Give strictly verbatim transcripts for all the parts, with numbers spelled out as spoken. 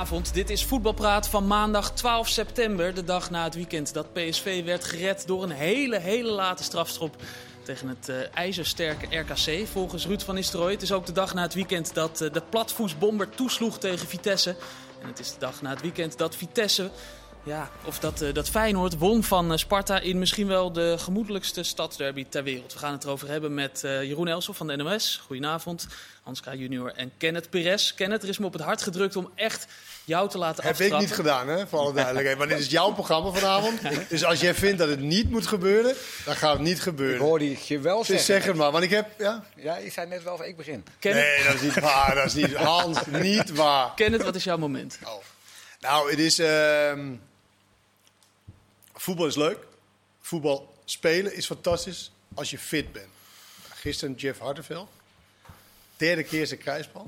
Goedenavond, dit is Voetbalpraat van maandag twaalf september, de dag na het weekend dat P S V werd gered door een hele, hele late strafschop tegen het uh, ijzersterke R K C, volgens Ruud van Nistelrooy. Het is ook de dag na het weekend dat uh, de platvoetsbomber toesloeg tegen Vitesse. En het is de dag na het weekend dat Vitesse, ja, of dat, uh, dat Feyenoord won van uh, Sparta in misschien wel de gemoedelijkste stadsderby ter wereld. We gaan het erover hebben met uh, Jeroen Elshoff van de N O S. Goedenavond. Hans K. junior en Kenneth Perez. Kenneth, er is me op het hart gedrukt om echt jou te laten aftrappen. Heb ik niet gedaan, hè, voor alle duidelijkheid. Maar dit is jouw programma vanavond. Dus als jij vindt dat het niet moet gebeuren, dan gaat het niet gebeuren. Ik hoorde je je wel Dus zeggen. zeg het maar, want ik heb... Ja? Ja, je zei net wel van ik begin. Kenneth, Nee, dat is niet waar. Dat is niet, Hans, niet waar. Kenneth, wat is jouw moment? Oh. Nou, het is... Uh, voetbal is leuk. Voetbal spelen is fantastisch als je fit bent. Gisteren Jeff Hartenveld. Derde keer zijn kruisband.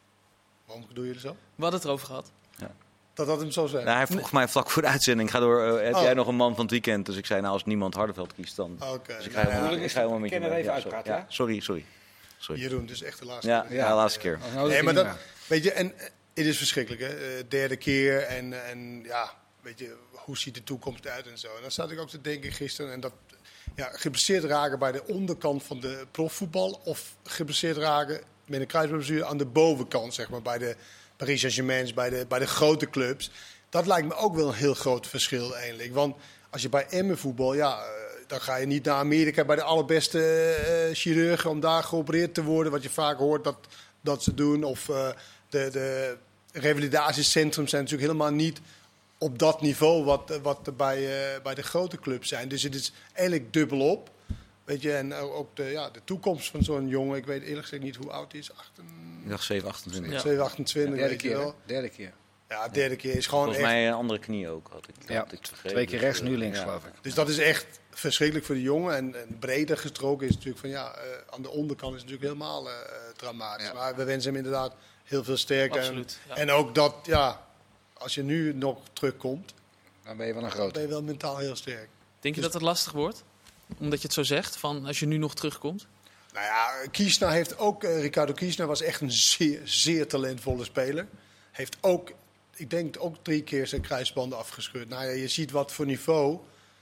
Waarom doe je er zo? We hadden het erover gehad. Ja. Dat had hem zo zijn. Nou, hij vroeg mij vlak voor de uitzending: ga door, uh, heb Oh. jij nog een man van het weekend? Dus ik zei: nou, als niemand Hardenveld kiest, dan. Oké. Okay. Dus ik ga helemaal, Ja, ik ga helemaal met je Ken er mee. even Ja, sorry. uitpraten, Ja, sorry, sorry. sorry. Jeroen, dus echt de laatste Ja, keer. ja, de laatste keer. Oh, Nee, maar dat, dat... weet je, en eh, het is verschrikkelijk, hè? Uh, derde keer en, en ja, weet je, hoe ziet de toekomst uit en zo. En dan zat ik ook te denken gisteren en dat, ja, geblesseerd raken bij de onderkant van de profvoetbal of geblesseerd raken met een kruisbandblessure aan de bovenkant, zeg maar, bij de Paris Saint-Germain, bij de, bij de grote clubs. Dat lijkt me ook wel een heel groot verschil eigenlijk. Want als je bij Emmen voetbal, ja, uh, dan ga je niet naar Amerika bij de allerbeste uh, chirurgen om daar geopereerd te worden, wat je vaak hoort dat, dat ze doen. Of uh, de, de revalidatiecentrums zijn natuurlijk helemaal niet op dat niveau wat, wat er bij, uh, bij de grote clubs zijn. Dus het is eigenlijk dubbelop. Weet je, en ook de, ja, de toekomst van zo'n jongen, ik weet eerlijk gezegd niet hoe oud hij is. Ik dacht zeven achtentwintig. Ja. zeven, achtentwintig, derde weet je keer, hè? wel. Derde keer. Ja, de derde keer is gewoon Volgens echt... mij een andere knie ook. Had ik, Ja, had ik vergeten. twee keer Dus, rechts, uh, nu links, ja. geloof ik. Dus dat is echt verschrikkelijk voor de jongen. En, en breder gestroken is natuurlijk van ja, uh, aan de onderkant is het natuurlijk helemaal uh, dramatisch. Ja. Maar we wensen hem inderdaad heel veel sterkte. Absoluut, ja. En, en ook dat, ja, als je nu nog terugkomt, Dan ben je wel een dan groot. ben je wel mentaal heel sterk. Denk je Dus- dat het lastig wordt? Omdat je het zo zegt, van als je nu nog terugkomt? Nou ja, Kiesna heeft ook, uh, Ricardo Kiesna was echt een zeer, zeer talentvolle speler. Heeft ook, ik denk ook drie keer zijn kruisbanden afgescheurd. Nou ja, je ziet wat voor niveau,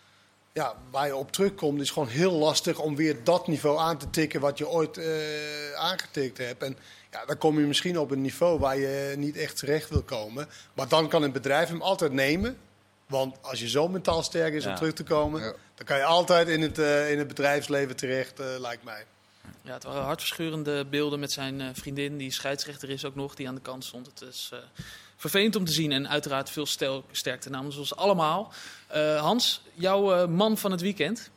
ja, waar je op terugkomt, is gewoon heel lastig om weer dat niveau aan te tikken wat je ooit uh, aangetikt hebt. En ja, dan kom je misschien op een niveau waar je niet echt terecht wil komen. Maar dan kan een bedrijf hem altijd nemen. Want als je zo mentaal sterk is Ja. om terug te komen, Ja. dan kan je altijd in het, uh, in het bedrijfsleven terecht, uh, lijkt mij. Ja, het waren hartverscheurende beelden met zijn uh, vriendin, die scheidsrechter is ook nog, die aan de kant stond. Het is uh, vervelend om te zien en uiteraard veel stel- sterkte namens ons allemaal. Uh, Hans, jouw uh, man van het weekend?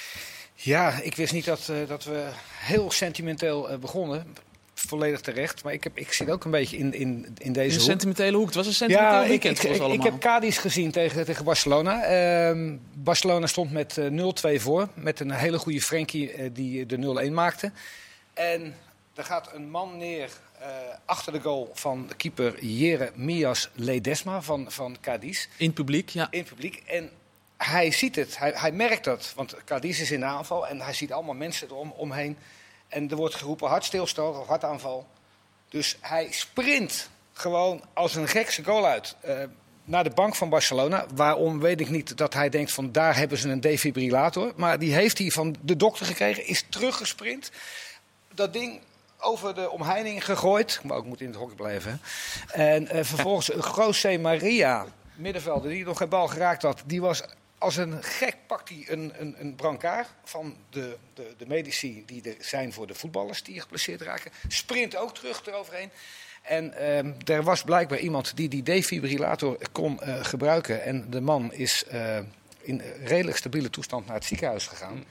Ja, ik wist niet dat, uh, dat we heel sentimenteel uh, begonnen. Volledig terecht. Maar ik, heb, ik zit ook een beetje in, in, in In deze een hoek. sentimentele hoek. Het was een sentimenteel Ja, ik, weekend ik, voor ons ik, ik allemaal. heb Cadiz gezien tegen, tegen Barcelona. Ehm, Barcelona stond met uh, nul twee voor. Met een hele goede Frenkie uh, die de nul-een maakte. En er gaat een man neer uh, achter de goal van de keeper Jeremias Ledesma van, van Cadiz. In het publiek, ja. In het publiek. En hij ziet het, hij, hij merkt dat. Want Cadiz is in de aanval en hij ziet allemaal mensen erom omheen. En er wordt geroepen hartstilstand of hartaanval. Dus hij sprint gewoon als een gek zijn goal uit uh, naar de bank van Barcelona. Waarom weet ik niet dat hij denkt van daar hebben ze een defibrillator. Maar die heeft hij van de dokter gekregen, is teruggesprint. Dat ding over de omheining gegooid. Maar ook moet in het hokje blijven. En uh, vervolgens José Maria, middenvelder, die nog geen bal geraakt had. Die was als een gek, pakt hij een, een, een brancard van de, de, de medici die er zijn voor de voetballers die geblesseerd raken. Sprint ook terug eroverheen. En um, er was blijkbaar iemand die die defibrillator kon uh, gebruiken. En de man is uh, in redelijk stabiele toestand naar het ziekenhuis gegaan.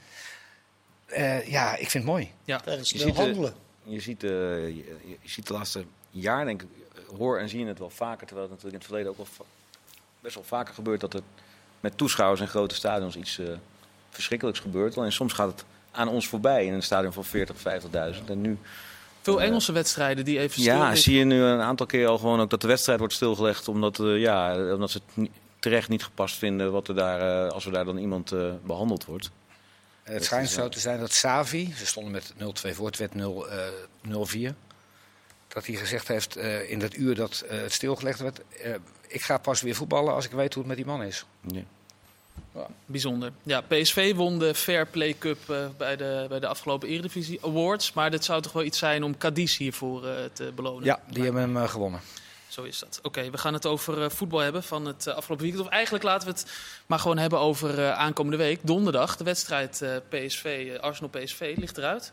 Uh, ja, ik vind het mooi. Ja. Ja, dat is Je snel ziet, de, handelen. je, ziet, uh, je, je ziet de laatste jaren, denk ik, hoor en zie je het wel vaker. Terwijl het natuurlijk in het verleden ook wel va- best wel vaker gebeurt dat er met toeschouwers in grote stadions iets uh, verschrikkelijks gebeurt. Alleen soms gaat het aan ons voorbij in een stadion van veertig, vijftigduizend. En nu, Veel uh, Engelse wedstrijden die even stil ja, liggen. zie je nu een aantal keer al gewoon ook dat de wedstrijd wordt stilgelegd. Omdat, uh, ja, omdat ze het ni- terecht niet gepast vinden wat er daar, uh, als er daar dan iemand uh, behandeld wordt. Uh, het schijnt zo te zijn dat Xavi, ze stonden met nul twee voor, het werd nul vier. dat hij gezegd heeft uh, in dat uur dat uh, het stilgelegd werd... Uh, ik ga pas weer voetballen als ik weet hoe het met die man is. Ja. Ja. Bijzonder. Ja, P S V won de Fair Play Cup uh, bij, de, bij de afgelopen Eredivisie Awards. Maar dit zou toch wel iets zijn om Cadiz hiervoor uh, te belonen? Ja, die hebben hem uh, gewonnen. Zo is dat. Oké, okay, we gaan het over uh, voetbal hebben van het uh, afgelopen weekend. Of eigenlijk laten we het maar gewoon hebben over uh, aankomende week. Donderdag, de wedstrijd uh, P S V, uh, Arsenal-P S V ligt eruit.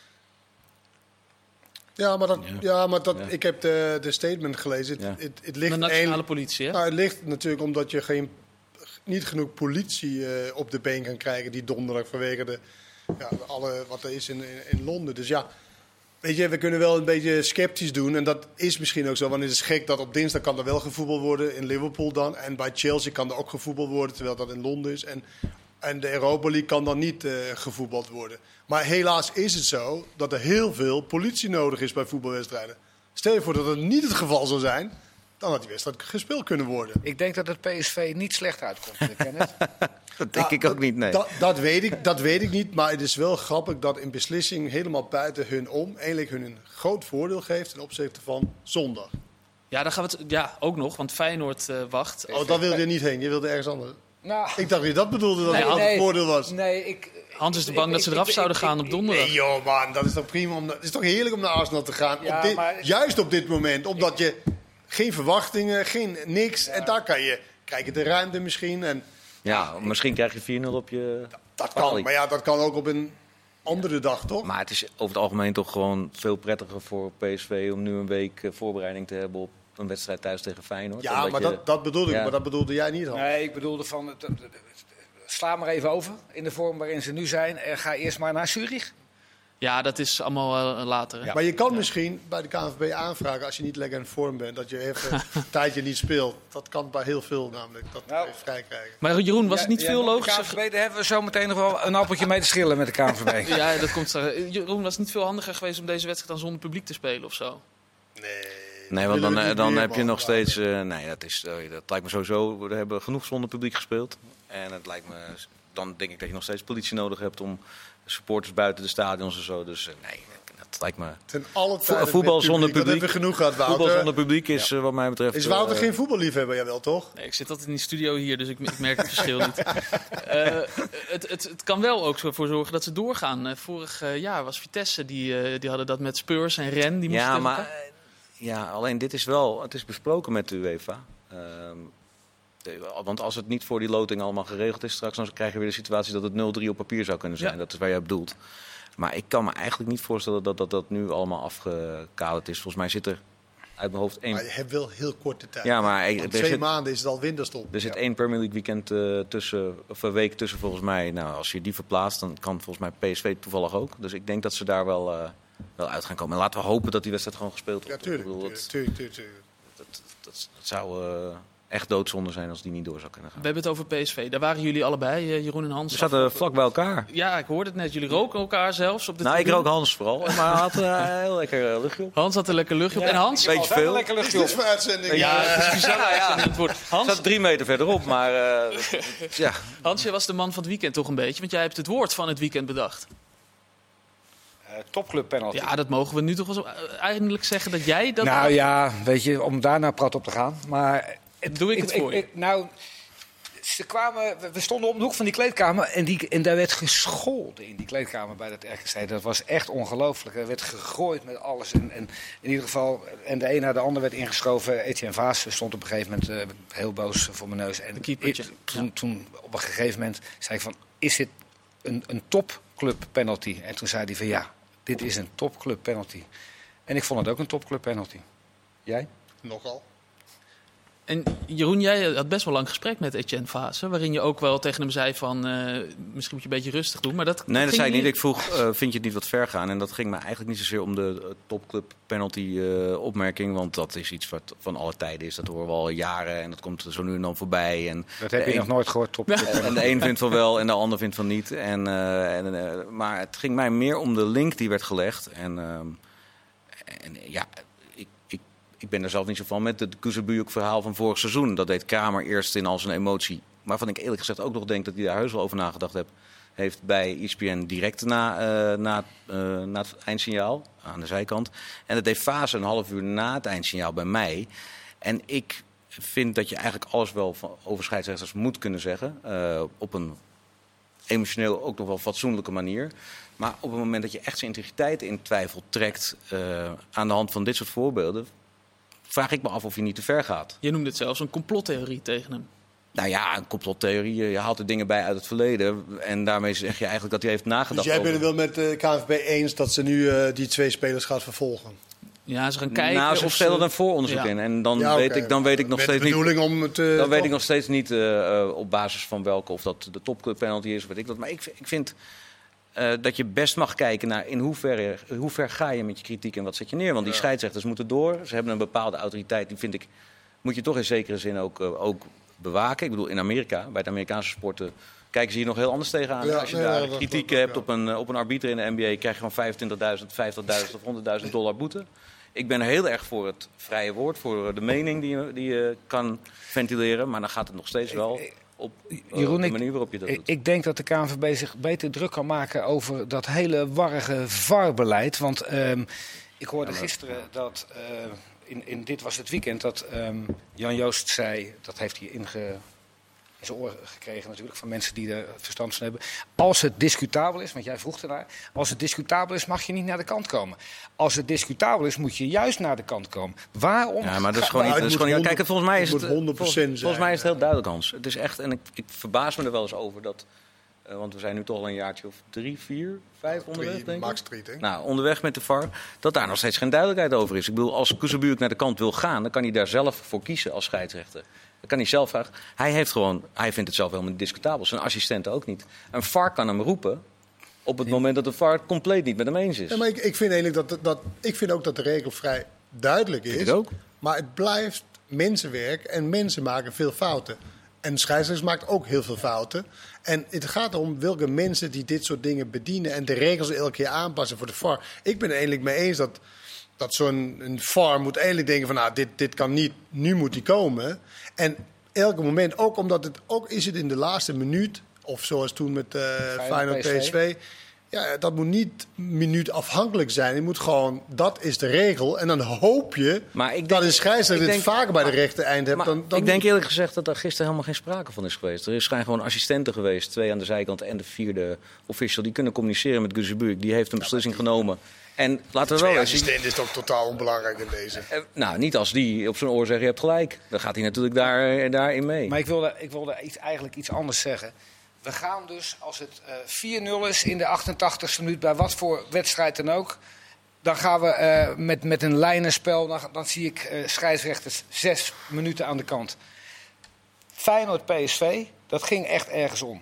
Ja, maar, dat, Ja. ja, maar dat, Ja. ik heb de, de statement gelezen. Het, Ja. het, het ligt De nationale een, politie, hè? nou, het ligt natuurlijk omdat je geen, niet genoeg politie uh, op de been kan krijgen die donderdag vanwege de, ja, alle, wat er is in, in, in Londen. Dus ja, weet je, we kunnen wel een beetje sceptisch doen. En dat is misschien ook zo, want het is gek dat op dinsdag kan er wel gevoetbald worden in Liverpool dan. En bij Chelsea kan er ook gevoetbald worden, terwijl dat in Londen is. En, en de Europa League kan dan niet uh, gevoetbald worden. Maar helaas is het zo dat er heel veel politie nodig is bij voetbalwedstrijden. Stel je voor dat het niet het geval zou zijn, dan had die wedstrijd gespeeld kunnen worden. Ik denk dat het P S V niet slecht uitkomt. Ik ken het. Dat denk Ja, ik ook niet, nee. Dat, dat, weet ik, dat weet ik niet, maar het is wel grappig dat een beslissing helemaal buiten hun om eigenlijk hun een groot voordeel geeft ten opzichte van zondag. Ja, daar gaan we het ja, ook nog, want Feyenoord uh, wacht. Oh, daar wilde je niet heen, je wilde ergens anders. Nou, Ik dacht dat je dat bedoelde, dat Nee, het nee. een voordeel was. nee, ik... Hans is er bang ik- dat ze ik- eraf ik- zouden ik- gaan ik- op donderdag. Nee joh man, dat is toch prima. Om, het is toch heerlijk om naar Arsenal te gaan. Ja, op dit, maar- juist op dit moment, omdat je geen verwachtingen, geen niks. En daar kan je, krijg je de ruimte misschien. En Ja, misschien krijg je vier nul op je... dat kan, maar ja, dat kan ook op een andere dag, toch? Maar het is over het algemeen toch gewoon veel prettiger voor P S V om nu een week eh, voorbereiding te hebben op een wedstrijd thuis tegen Feyenoord. Ja, Omdat maar je- dat, dat bedoelde ik, Ja. maar dat bedoelde jij niet al. Nee, ik bedoelde van... Het, het- het- sla maar even over in de vorm waarin ze nu zijn. En ga eerst maar naar Zurich. Ja, dat is allemaal uh, later. Hè? Ja. Maar je kan misschien bij de K N V B aanvragen als je niet lekker in vorm bent, dat je even een tijdje niet speelt. Dat kan bij heel veel namelijk, dat Nou. kan je vrij krijgen. Maar Jeroen, was het niet Ja, veel ja, met de logischer? K N V B, daar hebben we zo meteen nog wel een appeltje mee te schillen met de K N V B. Ja, dat komt straks. Jeroen, was het niet veel handiger geweest om deze wedstrijd dan zonder publiek te spelen of zo? Nee, Nee, want dan, willen we eh, niet dan meer, heb je man. nog steeds... eh, nee, dat, is, eh, dat lijkt me sowieso... We hebben genoeg zonder publiek gespeeld. En het lijkt me... Dan denk ik dat je nog steeds politie nodig hebt om supporters buiten de stadions en zo. Dus eh, nee, dat lijkt me... Ten alle Vo- tijden voetbal met zonder Dat publiek. hebben we genoeg gehad, Wouter. Voetbal zonder publiek is eh, wat mij betreft... Is Wouter eh, geen voetballiefhebber? Jawel, toch? Nee, ik zit altijd in die studio hier, dus ik, ik merk het verschil niet. Eh, het, het, het kan wel ook zo voor zorgen dat ze doorgaan. Eh, vorig eh, jaar was Vitesse, die, eh, die hadden dat met Spurs en Ren. Die moesten Ja, tegen maar elkaar. eh, ja, alleen dit is wel, het is besproken met de UEFA. Ehm, de- want als het niet voor die loting allemaal geregeld is straks, dan krijg je weer de situatie dat het nul drie op papier zou kunnen zijn. Ja. Dat is waar jij bedoelt. Maar ik kan me eigenlijk niet voorstellen dat dat, dat nu allemaal afgekaderd is. Volgens mij zit er uit mijn hoofd één... Maar je hebt wel heel korte tijd. Ja, maar Want er twee zit, maanden is het al winterstop. er zit Ja. één Premier League weekend eh, tussen, of een week tussen volgens mij. Nou, als je die verplaatst, dan kan volgens mij P S V toevallig ook. Dus ik denk dat ze daar wel, eh, wel uit gaan komen. En laten we hopen dat die wedstrijd gewoon gespeeld Ja, wordt. tuurlijk. Ik bedoel, tuurlijk, dat- tuurlijk, tuurlijk, tuurlijk. Dat, dat, dat, dat zou eh, echt doodzonde zijn als die niet door zou kunnen gaan. We hebben het over P S V. Daar waren jullie allebei, eh, Jeroen en Hans. We zaten vlak bij elkaar. Ja, ik hoorde het net. Jullie roken elkaar zelfs op de Nou, ik tribune. rook Hans vooral, maar hij had eh, een heel lekker eh, luchtje op. Hans had een lekker luchtje op. En Hans? Beetje Altijd veel. een lekker Is luchtje dit op. voor uitzending? Ja, Ja. het is bizar. Ja. Het woord. Ik Hans, zat drie meter verderop, maar eh, ja. Hans, jij was de man van het weekend toch een beetje. Want jij hebt het woord van het weekend bedacht. Uh, topclub penalty. Ja, dat mogen we nu toch wel zo eh, eindelijk zeggen dat jij dat... nou ja, weet je, om daar nou prat op te gaan. Maar Doe ik het voor je? nou, ze kwamen, we- we stonden om de hoek van die kleedkamer en, die, en daar werd gescholden in die kleedkamer bij dat R K C. Dat was echt ongelooflijk. Er werd gegooid met alles. En, en in ieder geval, en de een na de ander werd ingeschoven. Etienne Vaas stond op een gegeven moment eh, heel boos voor mijn neus. En Een keepertje, ik- toen, toen op een gegeven moment zei ik van, is dit een, een topclub penalty? En toen zei hij van ja, dit is een topclub penalty. En ik vond het ook een topclub penalty. Jij? Nogal. En Jeroen, jij had best wel lang gesprek met Etienne Vaassen. Waarin je ook wel tegen hem zei van, eh, misschien moet je een beetje rustig doen. Maar dat Nee, dat ging zei ik niet. Ik vroeg, eh, vind je het niet wat ver gaan? En dat ging me eigenlijk niet zozeer om de eh, topclub penalty eh, opmerking. Want dat is iets wat van alle tijden is. Dat horen we al jaren en dat komt zo nu en dan voorbij. En Dat heb de je een- nog nooit gehoord, topclub En penalty. de een vindt van wel en de ander vindt van niet. En, eh, en, eh, maar het ging mij meer om de link die werd gelegd. En, ehm, en ja, ik, ik, ik ben er zelf niet zo van met het Kuzebuyuk verhaal van vorig seizoen. Dat deed Kramer eerst in al zijn emotie. Waarvan ik eerlijk gezegd ook nog denk dat hij daar heus wel over nagedacht heeft. heeft bij E S P N direct na, uh, na, uh, na het eindsignaal aan de zijkant. En dat deed Fase een half uur na het eindsignaal bij mij. En ik vind dat je eigenlijk alles wel van, over scheidsrechters moet kunnen zeggen. Uh, op een emotioneel ook nog wel fatsoenlijke manier. Maar op het moment dat je echt zijn integriteit in twijfel trekt uh, aan de hand van dit soort voorbeelden, vraag ik me af of je niet te ver gaat. Je noemde het zelfs een complottheorie tegen hem. Nou ja, een complottheorie. Je haalt er dingen bij uit het verleden. En daarmee zeg je eigenlijk dat hij heeft nagedacht. Dus jij bent over... het wel met de K N V B eens dat ze nu uh, die twee spelers gaat vervolgen? Ja, ze gaan kijken. Nou, ze stellen er een vooronderzoek ja. in. En dan, ja, weet, okay. ik, dan weet ik nog met steeds de bedoeling niet. Om het, uh, dan weet toch? ik nog steeds niet uh, op basis van welke, of dat de topclub penalty is, of weet ik dat. Maar ik, ik vind uh, dat je best mag kijken naar in hoeverre, hoe ver ga je met je kritiek en wat zet je neer. Want die ja. scheidsrechters moeten door. Ze hebben een bepaalde autoriteit. Die vind ik, moet je toch in zekere zin ook, uh, ook bewaken. Ik bedoel, in Amerika, bij de Amerikaanse sporten, kijken ze hier nog heel anders tegenaan. Ja, Als je nee, daar ja, dat kritiek ook, hebt ja. op een, op een arbiter in de N B A, krijg je gewoon vijfentwintigduizend, vijftigduizend of honderdduizend dollar boete. Ik ben heel erg voor het vrije woord, voor de mening die je, die je kan ventileren. Maar dan gaat het nog steeds wel op, Jeroen, op de ik- manier waarop je dat Ik, doet. ik denk dat de K N V B zich beter druk kan maken over dat hele warrige V A R-beleid. Want ehm, ik hoorde gisteren dat, uh, in, in Dit Was Het Weekend, dat um, Jan Joost zei, dat heeft hij inge, in zijn oor gekregen natuurlijk, van mensen die er verstand van hebben. Als het discutabel is, want jij vroeg ernaar, als het discutabel is mag je niet naar de kant komen. Als het discutabel is moet je juist naar de kant komen. Waarom? Ja, maar dat is ga- gewoon niet. het Dat is moet gewoon niet honderd- kijk, volgens mij is het het. moet honderd procent volgens, volgens mij is het zijn, heel duidelijk, Hans. Het is echt. En ik, ik verbaas me er wel eens over dat. Uh, want we zijn nu toch al een jaartje of drie, vier, vijf onderweg, Drie, denk ik. max drie, denk ik. Nou, onderweg met de V A R, dat daar nog steeds geen duidelijkheid over is. Ik bedoel, als Kuzebuurk naar de kant wil gaan, dan kan hij daar zelf voor kiezen als scheidsrechter. Dan kan hij zelf vragen. Hij heeft gewoon, hij vindt het zelf helemaal niet discutabel. Zijn assistenten ook niet. Een V A R kan hem roepen op het moment dat de V A R het compleet niet met hem eens is. Ja, maar ik, ik, vind eigenlijk dat, dat, ik vind ook dat de regel vrij duidelijk is. Vind ik ook. Maar het blijft mensenwerk en mensen maken veel fouten. En de scheidsrechter maakt ook heel veel fouten. En het gaat erom welke mensen die dit soort dingen bedienen en de regels elke keer aanpassen voor de V A R. Ik ben het eigenlijk mee eens dat, dat zo'n een V A R moet eigenlijk denken van nou, dit, dit kan niet, nu moet die komen. En elke moment, ook omdat het ook is het in de laatste minuut, of zoals toen met uh, Feyenoord P S V. Ja, dat moet niet minuutafhankelijk zijn. Het moet gewoon, dat is de regel. En dan hoop je Maar ik denk- dat een scheidsrechter ik het denk- vaker bij de maar- rechte eind hebt. Maar Dan, dan ik denk eerlijk gezegd dat daar gisteren helemaal geen sprake van is geweest. Er is zijn gewoon assistenten geweest, twee aan de zijkant en de vierde official. Die kunnen communiceren met Kuzebuurk. Die heeft een beslissing genomen. En laten we Twee wel eens zien. assistent is toch totaal onbelangrijk in deze. Eh, Nou, niet als die op zijn oor zegt, je hebt gelijk. Dan gaat hij natuurlijk daar, eh, daarin mee. Maar ik wilde, ik wilde iets, eigenlijk iets anders zeggen. We gaan dus, als het uh, vier nul is in de achtentachtigste minuut, bij wat voor wedstrijd dan ook, dan gaan we uh, met, met een lijnenspel, dan, dan zie ik uh, scheidsrechters zes minuten aan de kant. Feyenoord P S V, dat ging echt ergens om.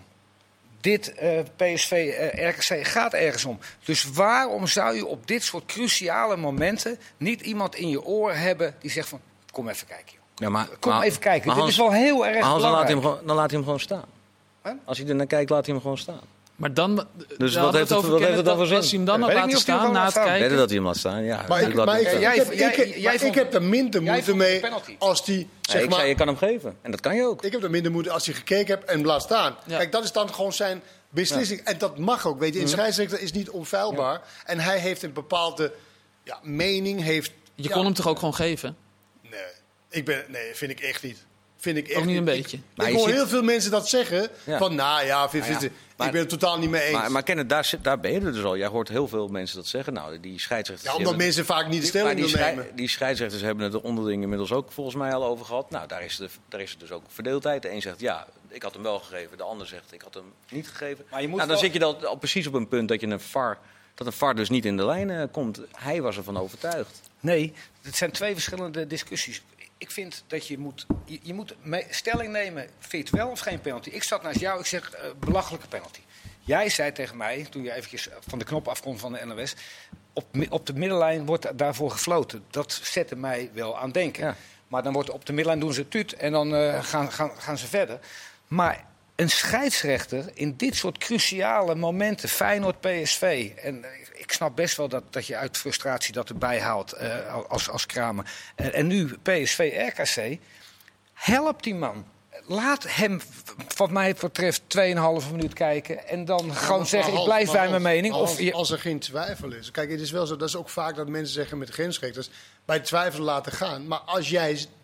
Dit uh, P S V uh, R K C gaat ergens om. Dus waarom zou je op dit soort cruciale momenten niet iemand in je oor hebben die zegt van, kom even kijken joh. Ja, maar, Kom maar- even kijken, maar dit Hans- is wel heel erg maar Hans, dan laat, belangrijk. hij hem gewoon, dan laat hij hem gewoon staan. Huh? Als hij er naar kijkt, laat hij hem gewoon staan. Maar dan, Dus we wat hadden heeft het- over wat heeft Kenneth, het dan voor dat- als zin? hij hem dan Ja, had weet ik laten niet of hij staan hem na gewoon het laat staan. kijken. Wedden dat hij hem laat staan, ja. Maar, Ik ik, laat maar hem ik, staan. ik, Jij- heb, jij- ik, heb, jij maar vond- ik heb daar minder jij moeite vond het mee een penalty. als die, Nee, zeg ik maar... zei, je kan hem geven. En dat kan je ook. Ik heb er minder moeite als hij gekeken hebt en hem laat staan. Ja. Kijk, dat is dan gewoon zijn beslissing. En dat mag ook, weet je. Een scheidsrechter is niet onfeilbaar. En hij heeft een bepaalde ja, mening. Heeft, Je ja, kon hem toch ook gewoon geven? Nee, ik ben, nee, vind ik echt niet. Vind ik echt Ook niet een Ik- beetje. Maar Ik, je hoor ziet- heel veel mensen dat zeggen. Ja. Van, nou ja, vind, vind- ja. Maar- ik ben het totaal niet mee eens. Maar, maar Kenneth, daar, zit- daar ben je er dus al. Jij hoort heel veel mensen dat zeggen. Nou, die scheidsrechters... ja, die omdat hebben- mensen vaak niet de Maar stelling die, willen schei- nemen. die scheidsrechters hebben het er onderling inmiddels ook volgens mij al over gehad. Nou, daar is, de, daar is het dus ook verdeeldheid. De een zegt ja, ik had hem wel gegeven. De ander zegt ik had hem niet gegeven. Maar je moet nou, dan wel- zit je dan al precies op een punt dat je een V A R, dat een V A R dus niet in de lijn eh, komt. Hij was ervan overtuigd. Nee, het zijn twee verschillende discussies. Ik vind dat je moet, je, je moet me- stelling nemen, vind je het wel of geen penalty? Ik zat naast jou, ik zeg eh, belachelijke penalty. Jij zei tegen mij, toen je eventjes van de knop afkomt van de N O S... op, mi- op de middenlijn wordt daarvoor gefloten. Dat zette mij wel aan denken. Ja. Maar dan wordt op de middenlijn doen ze tuut en dan eh, gaan, gaan, gaan ze verder. Maar een scheidsrechter in dit soort cruciale momenten, Feyenoord P S V... en eh, ik snap best wel dat, dat je uit frustratie dat erbij haalt eh, als, als Kramer. En, en nu P S V R K C, help die man. laat hem, wat mij betreft, tweeënhalve minuut kijken. En dan gewoon maar zeggen, ik als- blijf maar bij als- mijn mening. Als, Of je, als er geen twijfel is. Kijk, het is wel zo, dat is ook vaak dat mensen zeggen met grensrechters, bij twijfel laten gaan. Maar als jij z-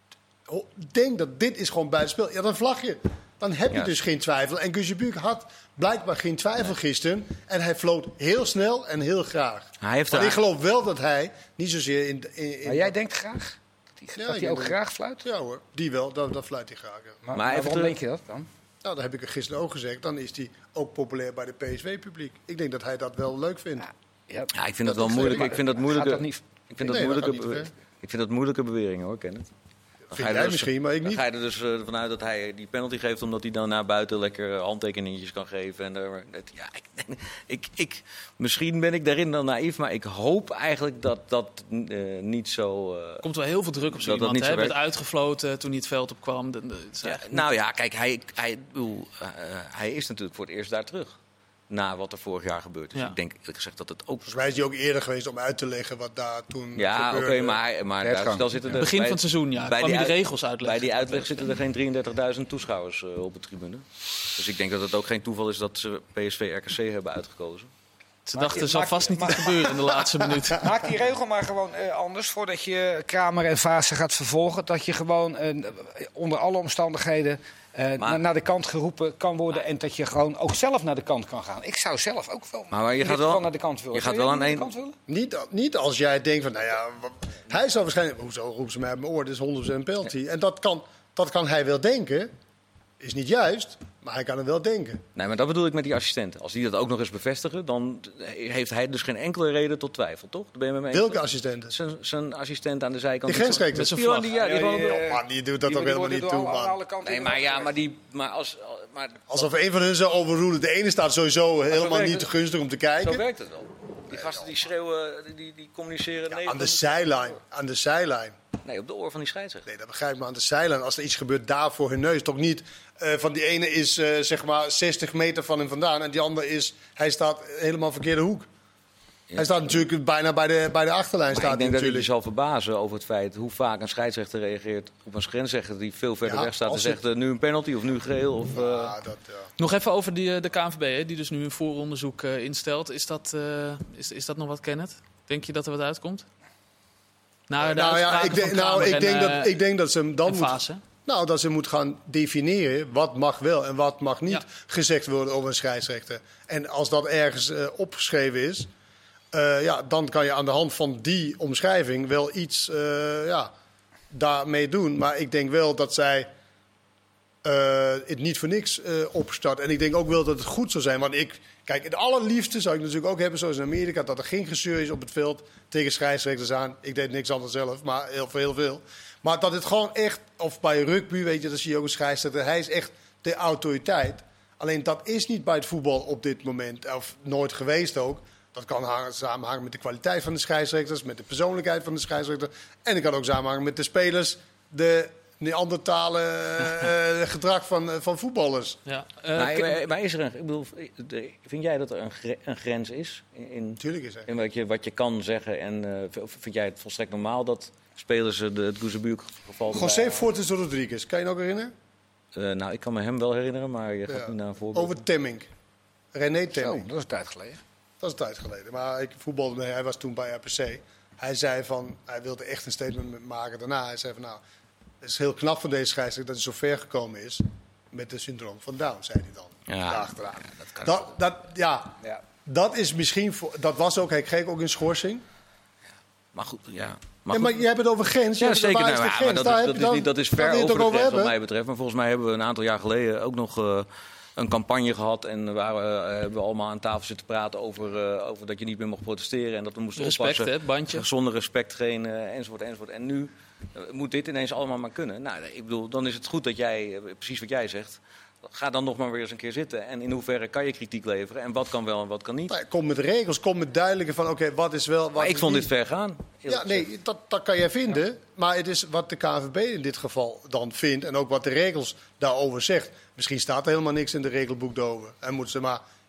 ho- denkt dat dit is gewoon buitenspel, ja, dan vlag je. Dan heb je Ja. dus geen twijfel. En Guusjebuuk had blijkbaar geen twijfel gisteren. En hij floot heel snel en heel graag. Hij heeft Maar er- ik geloof wel dat hij niet zozeer in... in, in maar jij denkt graag? Dat hij, Ja, dat ik hij ook denk- graag fluit? Ja hoor, die wel, dat, dat fluit hij graag. Ja. Maar, Maar maar even waarom terug- denk je dat dan? Nou, dat heb ik er gisteren ook gezegd. Dan is hij ook populair bij de P S V-publiek. Ik denk dat hij dat wel leuk vindt. Ja, Ja, ik vind dat Dat wel is- moeilijk. maar- Ik vind dat gaat moeilijke, dat niet... ik vind dat Nee, dat moeilijke, gaat niet bewe- ver. ik vind dat moeilijke beweringen hoor, Kenneth. Dan Vind ga je jij er dus- misschien, maar ik dan niet. ga je er dus eh, vanuit dat hij die penalty geeft, omdat hij dan naar buiten lekker handtekeningetjes kan geven. En, er- het- ja, ik, ik, ik, misschien ben ik daarin dan naïef, maar ik hoop eigenlijk dat dat eh, niet zo... eh, Er komt wel heel veel druk op zo Dat dat iemand. niet Hè? zo Werd werkt. uitgefloten toen hij het veld opkwam. De- de- het is ja, eigenlijk nou ja, kijk, hij, hij, ik bedoel, eh, eh, hij is natuurlijk voor het eerst daar terug. Na wat er vorig jaar gebeurd is. Ja. Ik denk eerlijk gezegd dat het ook... Volgens mij is hij ook eerder geweest om uit te leggen wat daar toen Ja, oké, gebeurde. maar, maar Hertgang. daar, stel zitten er het begin bij- van het seizoen, ja. bij Kwam die je de uit- regels uitleggen. Bij die uitleg zitten er geen drieëndertigduizend toeschouwers uh, op de tribune. Dus ik denk dat het ook geen toeval is dat ze P S V R K C hebben uitgekozen. Ze Maak dachten, je- zal maak vast je- niet maak- iets gebeuren in de laatste minuut. Maak die regel maar gewoon eh, anders voordat je Kramer en Vaassen gaat vervolgen. Dat je gewoon eh, onder alle omstandigheden eh, Maar- na- naar de kant geroepen kan worden. En dat je gewoon ook zelf naar de kant kan gaan. Ik zou zelf ook wel, Maar, maar je in gaat dit wel, geval naar de kant willen. je gaat Zou wel jij aan naar één... de kant willen? Niet, niet als jij denkt van, nou ja, wat- hij zal waarschijnlijk... Hoezo roept ze mij op mijn oor? Dit is honderd procent penalty. En dat kan, dat kan hij wel denken. Is niet juist, maar hij kan het wel denken. Nee, maar dat bedoel ik met die assistenten. Als die dat ook nog eens bevestigen, dan heeft hij dus geen enkele reden tot twijfel, toch? Daar ben je met me eens? Welke assistenten? Zijn, zijn assistent aan de zijkant. Die grensrechters. Met zijn Die, vlag. die, ja, die gewoon- Oh, man, die doet dat Die toch helemaal worden niet door toe, alle- aan man. alle kanten Nee, maar ja, maar die... Maar als, maar Alsof een van hun zou overroelen. De ene staat sowieso helemaal werkt niet het. te gunstig om te zo kijken. werkt het wel. Die gasten die schreeuwen, die- die, die communiceren... nee, Aan de dat- zijlijn. Aan de zijlijn. Nee, op de oor van die scheidsrechter. Nee, dat begrijp ik, maar aan de zijlijn. Als er iets gebeurt daar voor hun neus. Toch niet eh, van die ene is eh, zeg maar zestig meter van hem vandaan. En die andere is, hij staat helemaal verkeerde hoek. Ja. Hij staat natuurlijk bijna bij de, bij de achterlijn. Maar Staat ik hij denk dat je je natuurlijk. zal verbazen over het feit hoe vaak een scheidsrechter reageert op een grensrechter die veel verder Ja, weg staat en als zegt het- eh, nu een penalty of nu geel. Of, eh, Ja, dat, ja. Nog even over die, eh, de K N V B, hè, die dus nu een vooronderzoek eh, instelt. Is dat, eh, is, is dat nog wat, Kenneth? Denk je dat er wat uitkomt? Nou, de Nou ja, uitspraken ik denk, van nou, Kramer ik, en, denk eh, dat, ik denk dat ze hem dan en moet, Vaassen. nou, dat ze moet gaan definiëren wat mag wel en wat mag niet Ja. gezegd worden over een scheidsrechter. En als dat ergens eh, opgeschreven is, eh, ja, dan kan je aan de hand van die omschrijving wel iets eh, ja, daarmee doen. Maar ik denk wel dat zij eh, het niet voor niks eh opstart. En ik denk ook wel dat het goed zou zijn. Want ik, kijk, het allerliefste zou ik natuurlijk ook hebben, zoals in Amerika, dat er geen gezeur is op het veld tegen scheidsrechters aan. Ik deed niks anders zelf, maar heel, voor heel veel. Maar dat het gewoon echt, of bij rugby, weet je, dan zie je ook een scheidsrechter. Hij is echt de autoriteit. Alleen dat is niet bij het voetbal op dit moment, of nooit geweest ook. Dat kan hangen, samenhangen met de kwaliteit van de scheidsrechters, met de persoonlijkheid van de scheidsrechter. En het kan ook samenhangen met de spelers, de Neandertale uh, gedrag van, uh, van voetballers. Ja. Uh, maar, Ken- maar, maar is er een, ik bedoel, de- vind jij dat er een, gre- een grens is in, in, Tuurlijk is er. in wat, je, wat je kan zeggen? En uh, vind jij het volstrekt normaal dat spelers uh, de, het Guzebuurk geval... José Fortes Rodriguez, kan je je nog herinneren? Uh, nou, ik kan me hem wel herinneren, maar je gaat Ja. niet naar een voorbeeld. Over Temming. René Zo, Temming. dat is een tijd geleden. Dat is een tijd geleden. Maar ik voetbalde mee. Hij was toen bij R P C. Hij zei van, hij wilde echt een statement maken daarna. Hij zei van, nou, het is heel knap van deze scheidsrechter dat hij zo ver gekomen is met het syndroom van Down, zei hij dan. Ja, Daarachteraan. ja, dat kan dat, dat, ja, Ja. dat is misschien, voor, dat was ook, hij kreeg ook een schorsing. Maar goed, ja. Maar, Maar, ja, maar goed. je hebt het over grens. Je Ja, hebt het zeker. over Nou, waar is ja, de maar grens? dat, Daar is, heb dat, je is dan- niet, dat is daar ver wil je over het de ook grens wat hebben? mij betreft. Maar volgens mij hebben we een aantal jaar geleden ook nog uh, een campagne gehad. En waar we, uh, hebben we allemaal aan tafel zitten praten over, uh, over dat je niet meer mocht protesteren. En dat we moesten Respect, oppassen. hè, bandje. Zonder respect geen uh, enzovoort, enzovoort. En nu uh, moet dit ineens allemaal maar kunnen. Nou, ik bedoel, dan is het goed dat jij, uh, precies wat jij zegt... Ga dan nog maar weer eens een keer zitten. En in hoeverre kan je kritiek leveren? En wat kan wel en wat kan niet? Nou, kom met regels, kom met duidelijke van, oké, wat is wel... Wat Maar ik is vond niet. dit ver gaan. Ja, nee, dat, dat kan jij vinden. Maar het is wat de K N V B in dit geval dan vindt. En ook wat de regels daarover zegt. Misschien staat er helemaal niks in de regelboek over. En moeten ze maar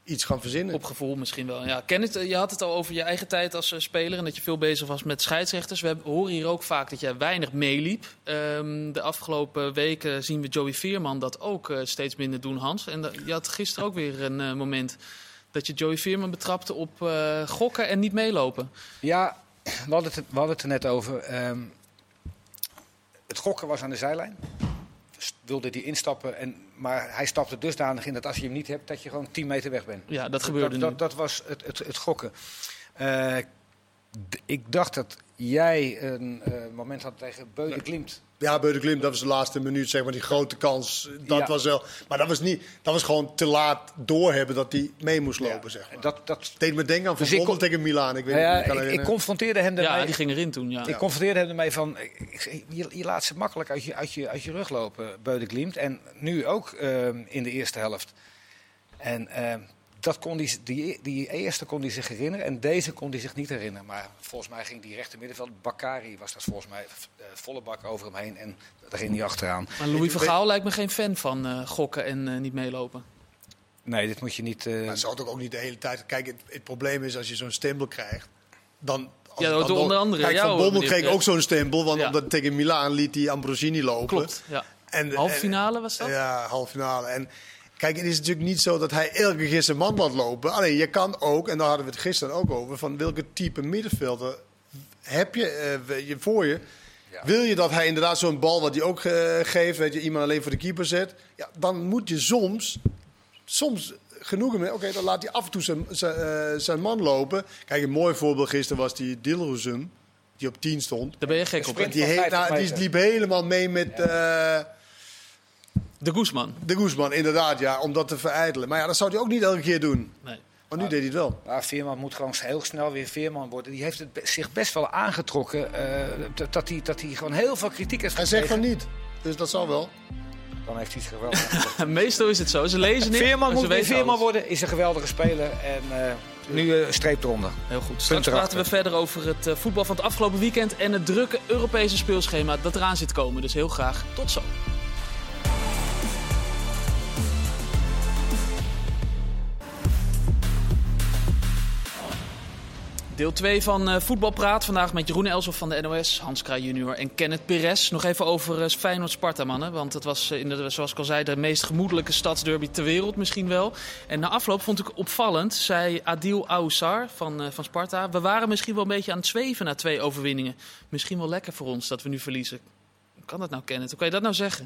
iets gaan verzinnen. Op gevoel misschien wel. Ja, Kenneth, je had het al over je eigen tijd als uh, speler en dat je veel bezig was met scheidsrechters. We hebben, horen hier ook vaak dat jij weinig meeliep. Um, de afgelopen weken zien we Joey Veerman dat ook uh, steeds minder doen, Hans. En uh, je had gisteren ook weer een uh, moment dat je Joey Veerman betrapte op uh, gokken en niet meelopen. Ja, we hadden het, we hadden het er net over. Um, het gokken was aan de zijlijn. Wilde hij instappen, en, maar hij stapte dusdanig in dat als je hem niet hebt, dat je gewoon tien meter weg bent. Ja, dat gebeurde dat, nu. Dat, dat was het, het, het gokken. Uh, d- ik dacht dat jij een uh, moment had tegen Beude Glimt. Ja, Beude Glimt, dat was de laatste minuut, zeg maar, die grote kans. Dat Ja. was wel. Maar dat was niet. Dat was gewoon te laat doorhebben dat hij mee moest lopen, Ja, zeg maar. dat, dat, deed me denken aan Van Dus ik Bommel kon- tegen Milaan. Ik weet nou ja, niet, ik kan ik, ik herinneren. confronteerde hem daarmee. Ja, die ging erin toen. Ja. Ik confronteerde hem ermee van, ik- ik- je, je laat ze makkelijk uit je, uit je, uit je rug lopen, Beude Glimt. En nu ook uh, in de eerste helft. En uh, dat kon die, die, die eerste kon hij zich herinneren en deze kon hij zich niet herinneren. Maar volgens mij ging die rechter middenveld, Bakary was dat volgens mij, uh, volle bak over hem heen en daar ging hij achteraan. Maar Louis van Gaal lijkt me geen fan van uh, gokken en uh, niet meelopen. Nee, dit moet je niet... Uh, Maar ze had ook niet de hele tijd. Kijk, het, het probleem is als je zo'n stempel krijgt, dan. Als Ja, het dan onder door- andere Kijk, jou, Van Bommel meneer kreeg Fred. ook zo'n stempel, want Ja. omdat tegen Milaan liet hij Ambrosini lopen. Klopt, ja. En, Halve finale was dat? Ja, halve finale. En kijk, het is natuurlijk niet zo dat hij elke keer zijn man laat lopen. Alleen je kan ook, en daar hadden we het gisteren ook over, van welke type middenvelder heb je, uh, je voor je. Ja. Wil je dat hij inderdaad zo'n bal wat hij ook uh, geeft, weet je, iemand alleen voor de keeper zet, ja, dan moet je soms, soms genoegen met, oké, okay, dan laat hij af en toe zijn, zijn, uh, zijn man lopen. Kijk, een mooi voorbeeld gisteren was die Dilrosun, die op tien stond. Daar ben je gek op. hè? Sprint. Die, he- nou, die liep helemaal mee met uh, De Guzman. de Guzman, inderdaad, ja, om dat te verijdelen. Maar ja, dat zou hij ook niet elke keer doen. Nee. Maar nu deed hij het wel. Maar Veerman moet gewoon heel snel weer Veerman worden. Die heeft het be- zich best wel aangetrokken. Uh, dat, dat, hij, dat hij gewoon heel veel kritiek heeft Hij gekregen. zegt van niet. Dus dat zal wel. Dan heeft hij het geweldig. Meestal is het zo. Ze lezen niet. Veerman maar ze moet weer weten Veerman alles. worden. Is een geweldige speler. En uh, nu uh, streep eronder. Heel goed. Straks erachter. praten we verder over het uh, voetbal van het afgelopen weekend en het drukke Europese speelschema dat eraan zit komen. Dus heel graag tot zo. Deel twee van uh, Voetbalpraat. Vandaag met Jeroen Elshoff van de N O S, Hans Kraaij junior en Kenneth Perez. Nog even over uh, Feyenoord-Sparta, mannen. Want het was, uh, in de, zoals ik al zei, de meest gemoedelijke stadsderby ter wereld misschien wel. En na afloop vond ik opvallend, zei Adil Aoussar van, uh, van Sparta. We waren misschien wel een beetje aan het zweven na twee overwinningen. Misschien wel lekker voor ons dat we nu verliezen. Hoe kan dat nou, Kenneth? Hoe kan je dat nou zeggen?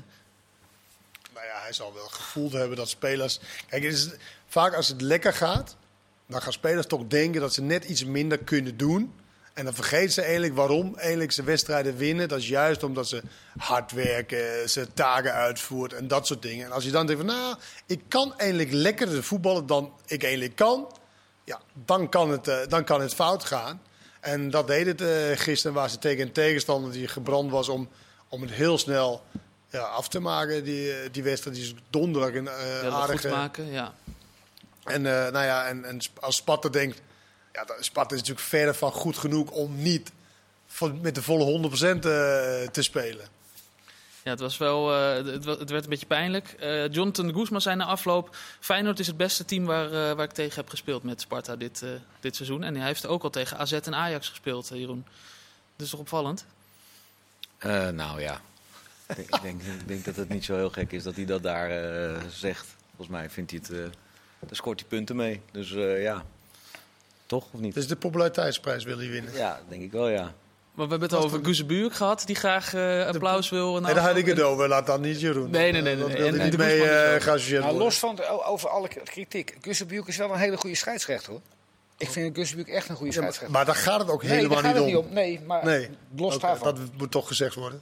Nou ja, hij zal wel gevoeld hebben dat spelers... Kijk, het is, vaak als het lekker gaat, dan gaan spelers toch denken dat ze net iets minder kunnen doen. En dan vergeten ze eigenlijk waarom eigenlijk ze wedstrijden winnen. Dat is juist omdat ze hard werken, ze taken uitvoert en dat soort dingen. En als je dan denkt van, nou, ik kan eigenlijk lekkerder voetballen dan ik eigenlijk kan. Ja, dan kan het, uh, dan kan het fout gaan. En dat deed het uh, gisteren, waar ze tegen een tegenstander die gebrand was om, om het heel snel ja, af te maken. Die, die wedstrijd, die is donderdag een uh, Ja, dat aardige... goed maken, ja. En, uh, nou ja, en, en als Sparta denkt, ja, Sparta is natuurlijk verder van goed genoeg om niet van, met de volle honderd procent uh, te spelen. Ja, het was wel, uh, het, het werd een beetje pijnlijk. Uh, Jonathan Guzman zei na afloop, Feyenoord is het beste team waar, uh, waar ik tegen heb gespeeld met Sparta dit, uh, dit seizoen. En hij heeft ook al tegen A Z en Ajax gespeeld, uh, Jeroen. Dat is toch opvallend? Uh, nou ja, ik denk, ik, denk, ik denk dat het niet zo heel gek is dat hij dat daar uh, zegt. Volgens mij vindt hij het, uh, daar scoort hij punten mee. Dus uh, ja, toch of niet? Dus de populariteitsprijs wil hij winnen. Ja, denk ik wel, ja. Maar we hebben het over Guzebuurk gehad, die graag uh, applaus wil. Nee, daar had ik het over. Laat dat niet Jeroen. Nee, nee, nee. nee. Dat En, wil en ik niet de mee Guzman is uh, ook. geassocieerd Nou, worden. los van de, over alle kritiek. Gussebuurk is wel een hele goede scheidsrechter, hoor. Ik vind Gussebuurk echt een goede Ja, maar, scheidsrechter. maar daar gaat het ook nee, helemaal daar gaat niet het om. niet om. Nee, maar Nee, los Oké, daarvan. dat moet toch gezegd worden.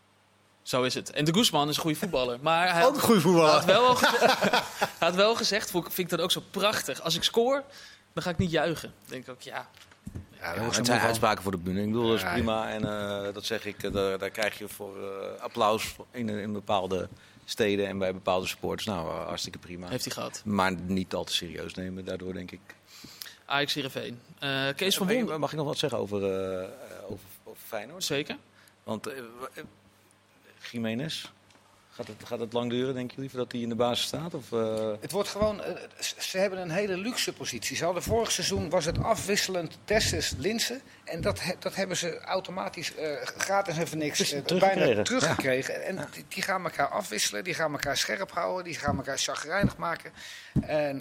Zo is het. En de Guzman is een goede voetballer. Maar hij Ook had, een goede hij voetballer. had, wel al gezegd, hij had wel gezegd, vond ik- vind ik dat ook zo prachtig. Als ik scoor, dan ga ik niet juigen. Dan denk ik ook, ja. Ja, Ja, dat het is zijn een uitspraken voor de bühne. Ik bedoel, dat is Ja, prima. En uh, dat zeg ik, uh, daar, daar krijg je voor uh, applaus in, in bepaalde steden en bij bepaalde supporters. Nou, uh, hartstikke prima. Heeft hij gehad. Maar niet al te serieus nemen, daardoor denk ik. Ajax Heerenveen. Uh, Kees van Mag ik- Wonderen. Mag ik nog wat zeggen over, uh, over, over Feyenoord? Zeker. Want uh, uh, Jiménez, Gaat het, gaat het lang duren, denken jullie, voordat hij in de basis staat? Of, uh... Het wordt gewoon, uh, ze hebben een hele luxe positie. Ze hadden vorig seizoen, was het afwisselend Dessers, Linssen. En dat, he, dat hebben ze automatisch uh, gratis en voor niks uh, bijna teruggekregen. Ja. En ja. die, die gaan elkaar afwisselen, die gaan elkaar scherp houden, die gaan elkaar chagrijnig maken. En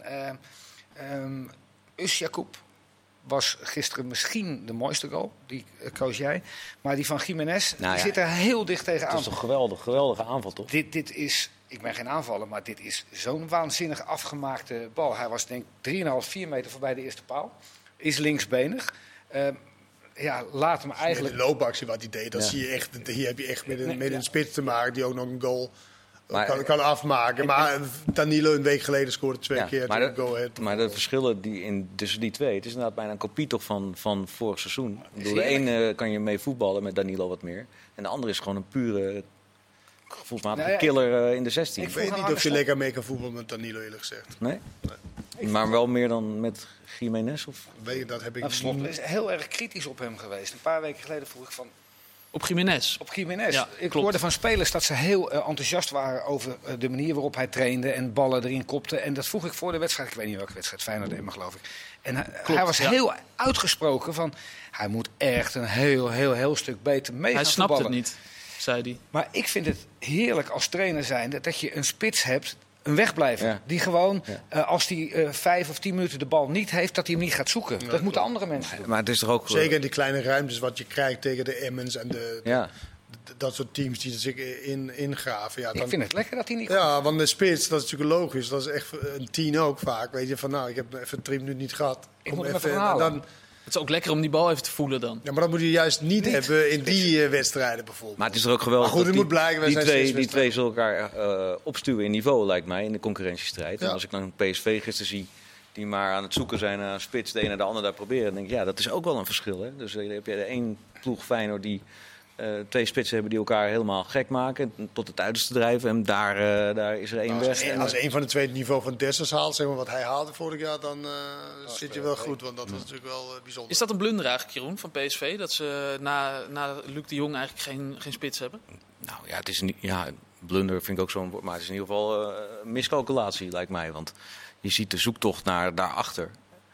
uh, um, Usjakoub was gisteren misschien de mooiste goal, die uh, koos jij. Maar die van Gimenez, nou, die ja. zit er heel dicht tegenaan. Dat is toch geweldig, geweldige aanval, toch? Dit, dit is, ik ben geen aanvaller, maar dit is zo'n waanzinnig afgemaakte bal. Hij was denk ik drieënhalf, vier meter voorbij de eerste paal. Is linksbenig. Uh, ja, laat hem eigenlijk... De loopactie wat hij deed, dat ja. zie je echt. Hier heb je echt met een, nee, met een ja. spits te maken die ook nog een goal... Maar, kan, kan afmaken. Maar Danilo een week geleden scoorde twee ja, keer. Maar, de, go ahead. maar de verschillen die in, tussen die twee... Het is inderdaad bijna een kopie toch van, van vorig seizoen. Ik bedoel, de ene uh, kan je mee voetballen met Danilo wat meer. En de andere is gewoon een pure gevoelsmatige nou ja, killer uh, in de zestien. Ik weet niet of je lekker mee kan voetballen met Danilo, eerlijk gezegd. Nee? nee. Maar wel meer dan met Gimenez? Of? Weet, dat heb ik nou, Slot is heel erg kritisch op hem geweest. Een paar weken geleden vroeg ik van... Op Gimenez? Op Gimenez. Ja, ik klopt. hoorde van spelers dat ze heel uh, enthousiast waren over uh, de manier waarop hij trainde en ballen erin kopte. En dat vroeg ik voor de wedstrijd. Ik weet niet welke wedstrijd, Feyenoord Emmen geloof ik. En hij, klopt, hij was ja. heel uitgesproken van... Hij moet echt een heel, heel, heel stuk beter mee Hij gaan snapt voetballen. het niet, zei hij. Maar ik vind het heerlijk als trainer zijnde dat je een spits hebt... Een wegblijver. Ja. Die gewoon, ja. uh, als hij uh, vijf of tien minuten de bal niet heeft, dat hij hem niet gaat zoeken. Ja, dat moeten andere mensen doen. Maar het is toch ook... Zeker in die kleine ruimtes wat je krijgt tegen de Emmens en de, de, ja. de, dat soort teams die er zich in, ingraven. Ja, dan, ik vind het lekker dat hij niet... Ja, want de spits, dat is natuurlijk logisch. Dat is echt een tien ook vaak. Weet je, van nou, ik heb even drie minuten niet gehad. Ik moet hem even, even halen. Dan, het is ook lekker om die bal even te voelen dan. Ja, maar dat moet je juist niet, niet. hebben in die uh, wedstrijden bijvoorbeeld. Maar het is er ook geweldig maar goed, dat die, moet blijken, die, twee, die twee zullen elkaar uh, opstuwen in niveau, lijkt mij, in de concurrentiestrijd. Ja. En als ik dan P S V gisteren zie, die maar aan het zoeken zijn naar een spits, de ene naar de ander daar proberen, dan denk ik, ja, dat is ook wel een verschil. Hè? Dus dan heb je de één ploeg Feyenoord die uh, twee spitsen hebben die elkaar helemaal gek maken, tot het uiterste drijven. En daar, uh, daar is er één nou, weg. Als, en, als een van de twee het niveau van Dessers haalt, zeg maar wat hij haalde vorig jaar, dan uh, oh, zit je wel goed. Want dat was natuurlijk wel uh, bijzonder. Is dat een blunder eigenlijk, Jeroen, van P S V? Dat ze na, na Luc de Jong eigenlijk geen, geen spits hebben? Nou ja, het is niet, ja, blunder vind ik ook zo'n woord. Maar het is in ieder geval uh, een miscalculatie, lijkt mij. Want je ziet de zoektocht naar daarachter.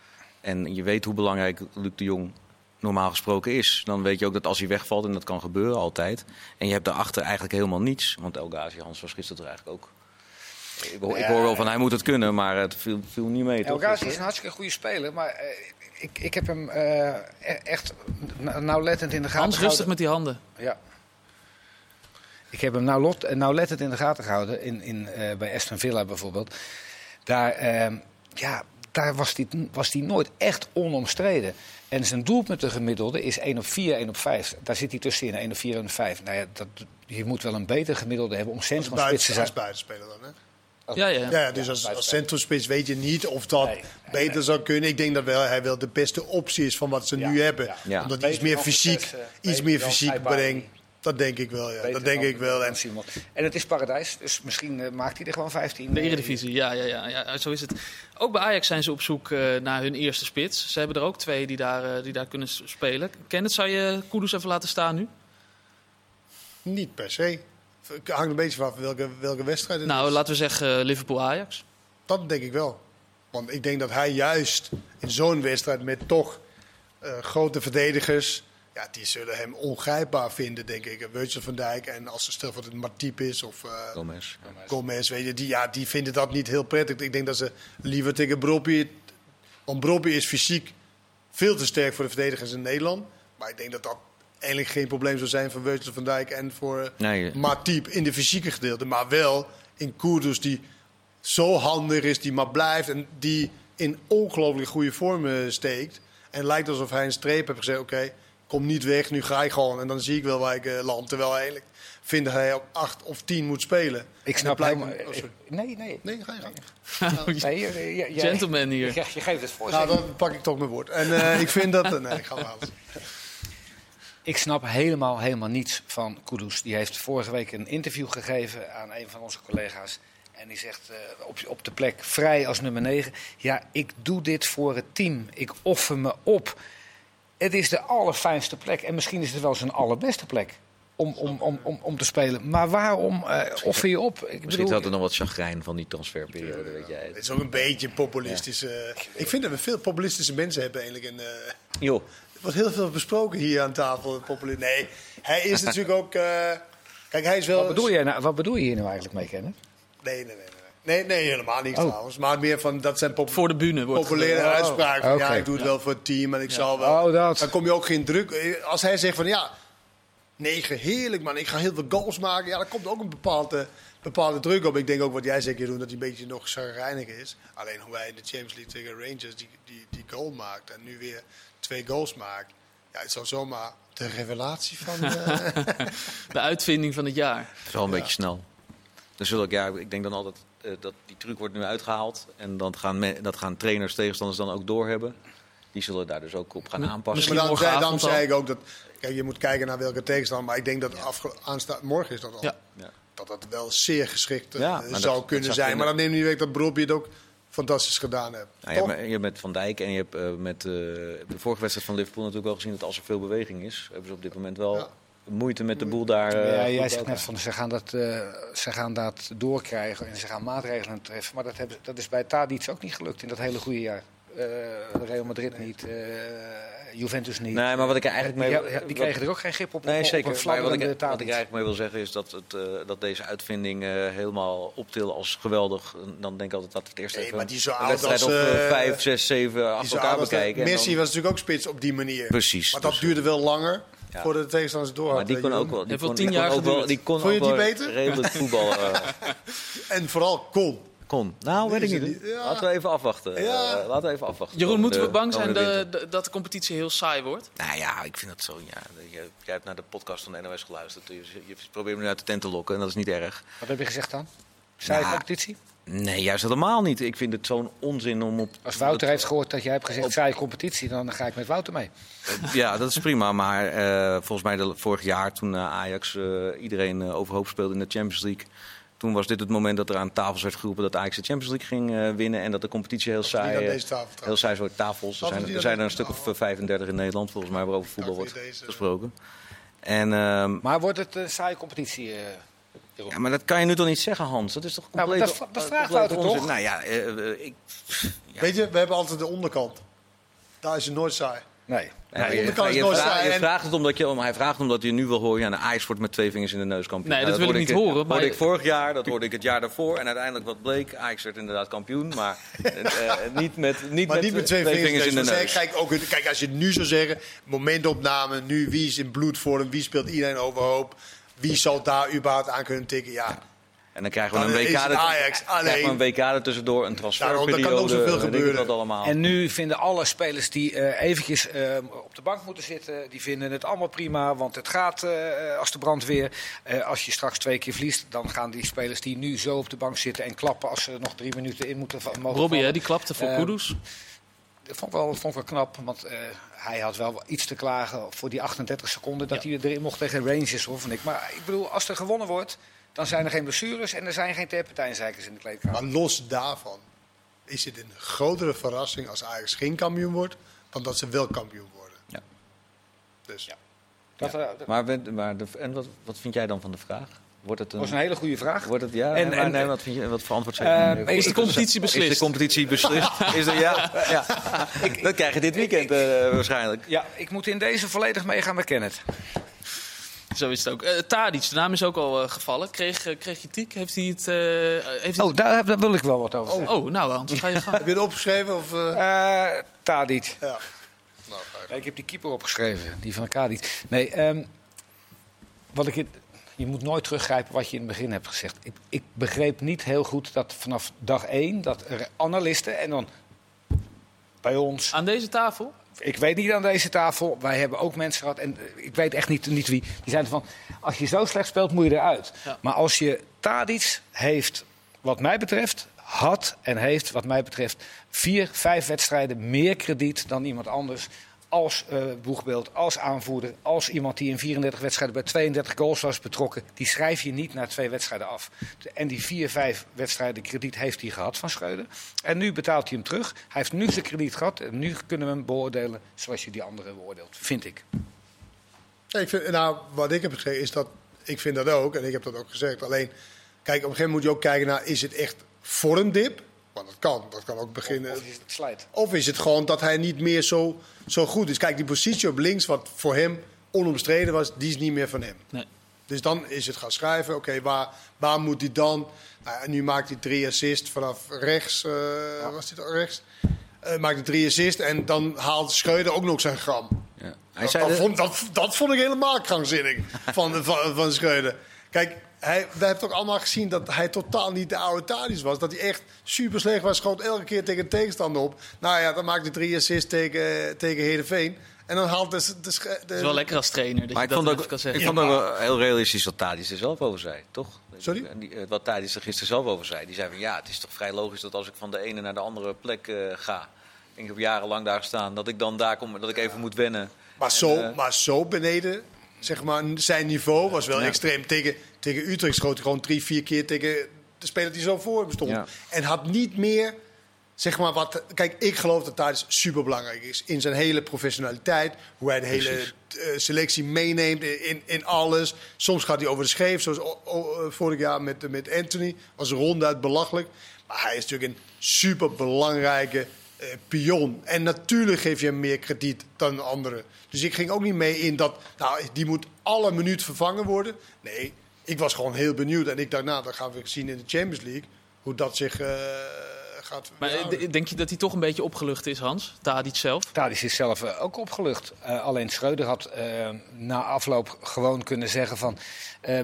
En je weet hoe belangrijk Luc de Jong normaal gesproken is. Dan weet je ook dat als hij wegvalt, en dat kan gebeuren altijd. En je hebt daarachter eigenlijk helemaal niets. Want El Ghazi Hans was gisteren er eigenlijk ook. Ik hoor, ja, ik hoor wel van hij moet het kunnen, maar het viel, viel niet mee. El Ghazi is een hartstikke goede speler, maar uh, ik, ik heb hem uh, echt nauwlettend in de gaten Hans, gehouden. rustig met die handen. Ja. Ik heb hem nauwlot, nauwlettend in de gaten gehouden, in, in, uh, bij Aston Villa bijvoorbeeld. Daar, uh, ja, daar was hij was die nooit echt onomstreden. En zijn doelpunten gemiddelde is één op vier, één op vijf. Daar zit hij tussenin, één op vier, één op vijf. Nou ja, dat, je moet wel een beter gemiddelde hebben om centrum spits te zijn. Als buitenspeler dan, hè? Ja, ja. ja, ja dus ja, als, als centrumspits weet je niet of dat nee, nee, beter nee. zou kunnen. Ik denk dat wel, hij wel de beste optie is van wat ze ja, nu hebben. Ja. Ja. Omdat hij iets meer fysiek, best, uh, iets meer fysiek brengt. Dat denk ik wel, ja. Dat denk ik wel. En, en het is paradijs, dus misschien uh, maakt hij er gewoon vijftien. De Eredivisie, ja, ja, ja, ja, zo is het. Ook bij Ajax zijn ze op zoek uh, naar hun eerste spits. Ze hebben er ook twee die daar, uh, die daar kunnen spelen. Kenneth, zou je Kudus even laten staan nu? Niet per se. Het hangt een beetje vanaf welke, welke wedstrijd het nou, is. laten we zeggen uh, Liverpool-Ajax. Dat denk ik wel. Want ik denk dat hij juist in zo'n wedstrijd met toch uh, grote verdedigers... Ja, die zullen hem ongrijpbaar vinden, denk ik. Virgil van Dijk en als er stel dat het Matip is of uh, Gomez. Gomez, weet je, die, ja, die vinden dat niet heel prettig. Ik denk dat ze liever tegen Brobbey... Want Brobbey is fysiek veel te sterk voor de verdedigers in Nederland. Maar ik denk dat dat eigenlijk geen probleem zou zijn voor Virgil van Dijk en voor uh, nee, Matip in de fysieke gedeelte. Maar wel in Kudus die zo handig is, die maar blijft en die in ongelooflijk goede vorm steekt. En het lijkt alsof hij een streep heeft gezegd, oké, okay, kom niet weg, nu ga ik gewoon. En dan zie ik wel waar ik uh, land. Terwijl hij eigenlijk vindt dat hij op acht of tien moet spelen. Ik snap blijkt... helemaal... Oh, nee, nee. Nee, ga je gang. Nou, nee, je, je, je, Gentleman hier. Je, je geeft het voor. Nou, dan pak ik toch mijn woord. En uh, ik vind dat... Nee, ik ga maar alles. Ik snap helemaal, helemaal niets van Kudus. Die heeft vorige week een interview gegeven aan een van onze collega's. En die zegt uh, op, op de plek vrij als nummer negen. Ja, ik doe dit voor het team. Ik offer me op. Het is de allerfijnste plek. En misschien is het wel zijn allerbeste plek. om, om, om, om, om te spelen. Maar waarom uh, offer je op? Ik Misschien bedoel, had er nog wat chagrijn van die transferperiode, weet jij. Het is ook een beetje populistisch. Uh, ik vind dat we veel populistische mensen hebben eigenlijk. In, uh, Jo. er wordt heel veel besproken hier aan tafel. Populi- nee, hij is natuurlijk ook... Uh, kijk, hij is wel... wat, bedoel je nou, wat bedoel je hier nou eigenlijk mee, Kenneth? Nee, nee, nee. nee. Nee, nee, helemaal niet Oh. trouwens. Maar meer van, dat zijn pop- Voor de bühne wordt populaire gedaan. uitspraken. Van, Oké. Ja, ik doe het Ja. wel voor het team en ik zal wel. Oh, dat. Dan kom je ook geen druk. Als hij zegt van ja, negen, heerlijk man, ik ga heel veel goals maken. Ja, dan komt ook een bepaalde, bepaalde druk op. Ik denk ook wat jij zegt, Jeroen, dat hij een beetje nog chagrijnig is. Alleen hoe hij in de Champions League tegen Rangers die, die, die goal maakt en nu weer twee goals maakt. Ja, het zal zomaar de revelatie van... Uh, De uitvinding van het jaar. Het is wel een beetje snel. Dan zul ik, ja, ik denk dan altijd uh, dat die truc wordt nu uitgehaald. En dan gaan, me, dat gaan trainers, tegenstanders dan ook doorhebben. Die zullen daar dus ook op gaan aanpassen. Misschien maar dan, zei, dan morgenavond al. zei ik ook dat... Kijk, je moet kijken naar welke tegenstander. Maar ik denk dat afge- aansta- morgen is dat al. Ja. Ja. Dat dat wel zeer geschikt uh, Ja, maar dat- zou dat kunnen zag zijn. je Maar in dan neem je niet weg dat Brobbey het ook fantastisch gedaan heeft. Nou, je, Toch? hebt, je hebt met Van Dijk en je hebt uh, met uh, de vorige wedstrijd van Liverpool natuurlijk wel gezien dat als er veel beweging is, hebben ze op dit moment wel Ja. moeite met de boel daar. Uh, ja, goed jij uit zegt te net van ze gaan dat, uh, ze gaan dat doorkrijgen en ze gaan maatregelen treffen. Maar dat, hebben, dat is bij Tadic ook niet gelukt in dat hele goede jaar. Uh, Real Madrid niet, uh, Juventus niet. Nee, maar wat ik er eigenlijk mee... Die, die kregen er ook geen grip op. Nee, op, zeker. Op een Maar wat, ik, fladderende wat ik Tadic. eigenlijk mee wil zeggen is dat, het, uh, dat deze uitvinding uh, helemaal optillen als geweldig. Dan denk ik altijd dat we het eerst Nee, even maar die is zo een oud wedstrijd als, of uh, uh, vijf, zes, zeven Die achter zo elkaar oud als de- bekijken. en Messi dan- was natuurlijk ook spits op die manier. Precies. Maar dat dus- duurde wel langer Ja. voordat de tegenstanders door Maar hadden. die kon ook wel. Die Heeft wel kon, tien die kon jaar ook wel, geduurd. die kon Vond je ook die wel beter? redelijk voetbal. Uh, En vooral kon. kon. Nou, weet ik Deze niet. niet. Ja. Laten we even afwachten. Ja. Uh, laten we even afwachten. Jeroen, moeten we Komende- bang zijn komende de, winter. de- dat de competitie heel saai wordt? Nou ja, ik vind dat zo. Ja, je, jij hebt naar de podcast van de N O S geluisterd. Je, je probeert me nu uit de tent te lokken en dat is niet erg. Wat heb je gezegd dan? Saaie Nou, competitie? Nee, juist helemaal niet. Ik vind het zo'n onzin om op... Als Wouter heeft gehoord dat jij hebt gezegd saaie competitie, dan ga ik met Wouter mee. Ja, dat is prima. Maar uh, volgens mij de, vorig jaar toen uh, Ajax uh, iedereen uh, overhoop speelde in de Champions League. Toen was dit het moment dat er aan tafels werd geroepen dat Ajax de Champions League ging uh, winnen. En dat de competitie heel Niet aan saai, deze tafel heel trouwens. saai soort tafels. Er Of zijn, die er zijn er een aan stuk deze of tafel. vijfendertig in Nederland volgens mij waarover voetbal Dank wordt voor deze- gesproken. En, uh, Maar wordt het een saaie competitie? Uh, Jeroen? ja, maar dat kan je nu toch niet zeggen, Hans? Dat is toch Nou, compleet... dat- dat vraagt compleet Wouter onzin? toch? Nou ja, uh, uh, ik... Ja. Weet je, we hebben altijd de onderkant. Daar is het nooit saai. nee. Ja, Nee, je, onderkant is je nooit vraagt, saai je en- vraagt het omdat je, om, hij vraagt omdat je nu wil horen, ja, de Ajax wordt met twee vingers in de neus kampioen. Nee, Nou, dat wil ik hoorde niet horen, Dat hoorde maar- ik vorig jaar, dat hoorde ik het jaar daarvoor. En uiteindelijk wat bleek, Ajax werd inderdaad kampioen. Maar uh, niet met, niet Maar met, niet met twee, vingers, in de Dus neus. Kijk, ook, kijk, als je het nu zou zeggen, momentopname, nu wie is in bloedvorm, wie speelt iedereen overhoop, wie zal daar überhaupt aan kunnen tikken? Ja, En dan krijgen we een Dan W K, is het er- Ajax krijgen we alleen. een W K er tussendoor, een transferperiode. Daarom, er kan ook zoveel weet ik gebeuren. wat allemaal. En nu vinden alle spelers die uh, eventjes uh, op de bank moeten zitten, die vinden het allemaal prima, want het gaat uh, als de brandweer. Uh, als je straks twee keer verliest, dan gaan die spelers die nu zo op de bank zitten en klappen als ze er nog drie minuten in moeten va- mogen Robbie, hè, vallen. die klapte voor Eh, Kudus. Dat vond ik wel, vond ik wel knap, want uh, hij had wel iets te klagen voor die achtendertig seconden dat Ja. hij erin mocht tegen Rangers, hoor, vond ik. Maar ik bedoel, als er gewonnen wordt, dan zijn er geen blessures en er zijn geen terpentijnzeikers in de kleedkamer. maar los daarvan is het een grotere verrassing als Ajax geen kampioen wordt, dan dat ze wel kampioen worden. Ja. Dus Ja. Dat, uh, dat Maar, we- maar de, en wat, wat vind jij dan van de vraag? Wordt het een... was een hele goede vraag. Wordt het, ja, En- en, en- nee, wat, vind je, wat voor antwoord Eh, zijn? is Is de competitie Is beslist? de competitie beslist? Is er, ja, ja. Dat krijg je dit weekend uh, waarschijnlijk. Ja, ik moet in deze volledig meegaan met Kenneth. Zo is het ook. Uh, Tadic, de naam is ook al uh, gevallen. Kreeg, uh, kreeg kritiek. Heeft hij het... Uh, heeft hij Oh, daar, daar wil ik wel wat over zeggen. oh, nou Hans, ga je gang. heb je het opgeschreven? Of, uh... Eh, Tadic. ja. Nou, ga je Ja, ik heb die keeper opgeschreven, die van Kadic. Nee, ehm, wat ik in, je moet nooit teruggrijpen wat je in het begin hebt gezegd. Ik, ik begreep niet heel goed dat vanaf dag één dat er analisten en dan bij ons... Aan deze tafel? Ik weet niet aan deze tafel. Wij hebben ook mensen gehad. En ik weet echt niet, niet wie. Die zeiden van, als je zo slecht speelt, moet je eruit. Ja. Maar als je Tadic heeft, wat mij betreft, had en heeft, wat mij betreft, vier, vijf wedstrijden meer krediet dan iemand anders. Als uh, boegbeeld, als aanvoerder, als iemand die in vierendertig wedstrijden bij tweeëndertig goals was betrokken. Die schrijf je niet na twee wedstrijden af. En die vier, vijf wedstrijden krediet heeft hij gehad van Schreuder. En nu betaalt hij hem terug. Hij heeft nu zijn krediet gehad. En nu kunnen we hem beoordelen zoals je die anderen beoordeelt, vind ik. Ja, ik vind, nou, wat ik heb gezegd is dat, ik vind dat ook, en ik heb dat ook gezegd. Alleen, kijk, op een gegeven moment moet je ook kijken naar, is het echt vormdip? Want dat kan, dat kan ook beginnen. Of, of is het slijt. Of is het gewoon dat hij niet meer zo, zo goed is? Kijk, die positie op links, wat voor hem onomstreden was, die is niet meer van hem. Nee. Dus dan is het gaan schrijven, oké, okay, waar, waar moet hij dan? Nou, en nu maakt hij drie assists vanaf rechts, uh, ja. was dit al rechts? Uh, maakt hij drie assists en dan haalt Schreuder ook nog zijn gram. Ja. Hij Dat, zei dat, de... vond, dat, dat vond ik helemaal krankzinnig van, van, van Schreuder. Kijk, hij, we hebben ook allemaal gezien dat hij totaal niet de oude Tadic was. Dat hij echt super slecht was, schoot elke keer tegen de tegenstander op. Nou ja, dan maakt hij drie assists tegen, tegen Heerenveen. En dan haalt de... de, de, de Het is wel lekker als trainer dat maar je ik dat vond ook, even kan zeggen. ik vond ook wel heel realistisch wat Tadic er zelf over zei, toch? Sorry? Die, wat Tadic er gisteren zelf over zei. Die zei van ja, het is toch vrij logisch dat als ik van de ene naar de andere plek uh, ga... Ik heb jarenlang daar gestaan, dat ik dan daar kom, dat ik even moet wennen. Maar, en, zo, uh, maar zo beneden, zeg maar, zijn niveau was wel ja. extreem. Tegen, tegen Utrecht schoot hij gewoon drie, vier keer tegen de speler die zo voor hem stond. Ja. En had niet meer, zeg maar, wat... Kijk, ik geloof dat Tadic super belangrijk is. In zijn hele professionaliteit, hoe hij de hele uh, selectie meeneemt in, in alles. Soms gaat hij over de scheef, zoals o, o, vorig jaar met, met Anthony. Was ronduit belachelijk. Maar hij is natuurlijk een super belangrijke... Uh, pion. En natuurlijk geef je hem meer krediet dan de anderen. Dus ik ging ook niet mee in dat... Nou, die moet alle minuut vervangen worden. Nee, ik was gewoon heel benieuwd. En ik dacht, nou, dan gaan we zien in de Champions League... hoe dat zich uh, gaat... Maar uh, denk je dat hij toch een beetje opgelucht is, Hans? Tadic zelf? Tadic is zelf uh, ook opgelucht. Uh, alleen Schreuder had uh, na afloop gewoon kunnen zeggen van... Uh,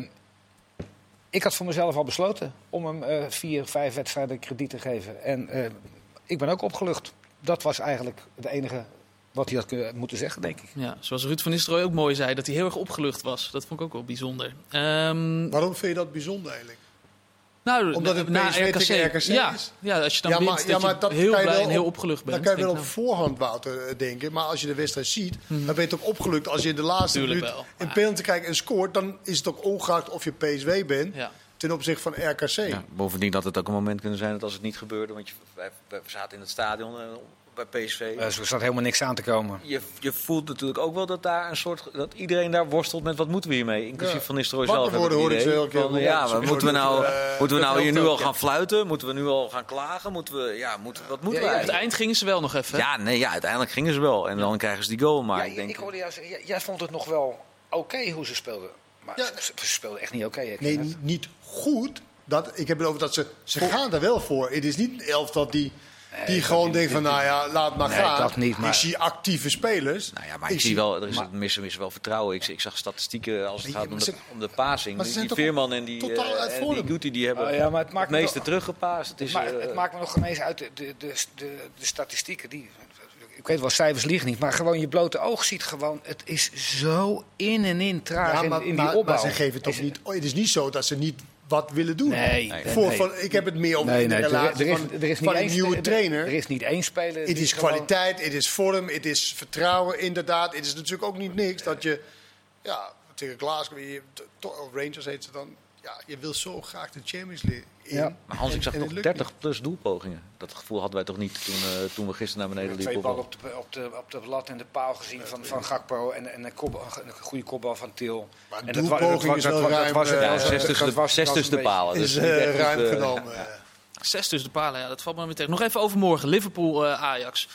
ik had voor mezelf al besloten om hem uh, vier, vijf wedstrijden krediet te geven. En... Uh, Ik ben ook opgelucht. Dat was eigenlijk het enige wat hij had kunnen, moeten zeggen, denk ik. Ja, zoals Ruud van Nistelrooy ook mooi zei, dat hij heel erg opgelucht was. Dat vond ik ook wel bijzonder. Um, Waarom vind je dat bijzonder eigenlijk? Nou, Omdat het na P S V R K C, tegen R K C ja, is? ja, als je dan ja, wint, maar, dat ja, maar je dat heel kan je blij wel en heel op, opgelucht bent. Dan kan je wel denk op ik nou. voorhand, Wouter, denken. Maar als je de wedstrijd ziet, Hmm. dan ben je toch opgelukt. Als je in de laatste Tuurlijk minuut wel. een Ja. penalty krijgt en scoort... dan is het ook ongeacht of je P S V bent... Ja. ten opzichte van R K C. ja, bovendien had het ook een moment kunnen zijn dat als het niet gebeurde... want je, wij, wij zaten in het stadion uh, bij P S V... Uh, er zat helemaal niks aan te komen. Je, je voelt natuurlijk ook wel dat daar een soort dat iedereen daar worstelt met wat moeten we hiermee, inclusief Ja. van Nistelrooy Wakker zelf. heb ik worden het hoor ik idee. ze elke keer. Van, ja, Ja, maar moeten we nou, uh, moeten we nou dat hier nu helpt al ook, gaan ja. fluiten? Moeten we nu al gaan klagen? Moeten we, ja, moeten, wat moeten Ja, we ja, Op het eigenlijk? eind gingen ze wel nog even. Ja, nee, ja, uiteindelijk gingen ze wel en dan krijgen ze die goal. Maar Ja, ik denk, ik hoorde jou zeggen, jij, jij vond het nog wel oké okay hoe ze speelden. Maar Ja. ze, ze speelden echt niet oké. Okay, Nee, n- niet goed. Dat, ik heb het over dat ze... Ze gaan er wel voor. Het is niet een elftal die... Nee, Die dat gewoon niet. denkt van, nou ja, laat maar Nee, gaan. dat niet, maar- Ik zie actieve spelers. nou ja, maar ik, zie wel, er is het missen, missen wel vertrouwen. Ik, ik zag statistieken als het Ja, gaat maar om de, ze- om de passing. maar ze Die, zijn die toch Veerman en die, totaal uh, uit en vorm. die Guti, die hebben Oh, ja, maar het het, maakt me meeste toch- teruggepaast. Het is, Maar uh, het maakt me nog ineens uit de, de, de, de, de statistieken. Die, ik weet wel, cijfers liegen niet. Maar gewoon je blote oog ziet gewoon... Het is zo in en in traag Ja, in, maar, in die maar, opbouw. maar ze geven toch Is- niet... Oh, het is niet zo dat ze niet wat willen doen. Nee, Nee. nee, Voor, nee. Van, ik heb het meer over Nee, in de nee, er, relatie er is, van, er is niet van een één nieuwe spe- trainer. Er is niet één speler. Het die is gewoon- kwaliteit, het is vorm, het is vertrouwen inderdaad. Het is natuurlijk ook niet niks dat je... Ja, tegen Glasgow, je- to- of Rangers heet ze dan... Ja, je wil zo graag de Champions League in. Ja. Maar Hans, ik En- zag en toch het lukt dertig plus doelpogingen. Dat gevoel hadden wij toch niet toen, uh, toen we gisteren naar beneden Twee liepen. ballen op de, op, de, op de lat en de paal gezien van, van Gakpo en, en een, kopbal, een goede kopbal van Til. Maar een En dat wa- doelpoging dat is wa- wel dat wa- ruim, dat was het eh, wel Ja, zo- zes dat tussen de, was- zes was tussen een de palen. Is Dus eh, niet echt ruim goed, uh, genomen. Zes tussen de palen, ja, dat valt me meteen. Nog even over morgen, Liverpool-Ajax.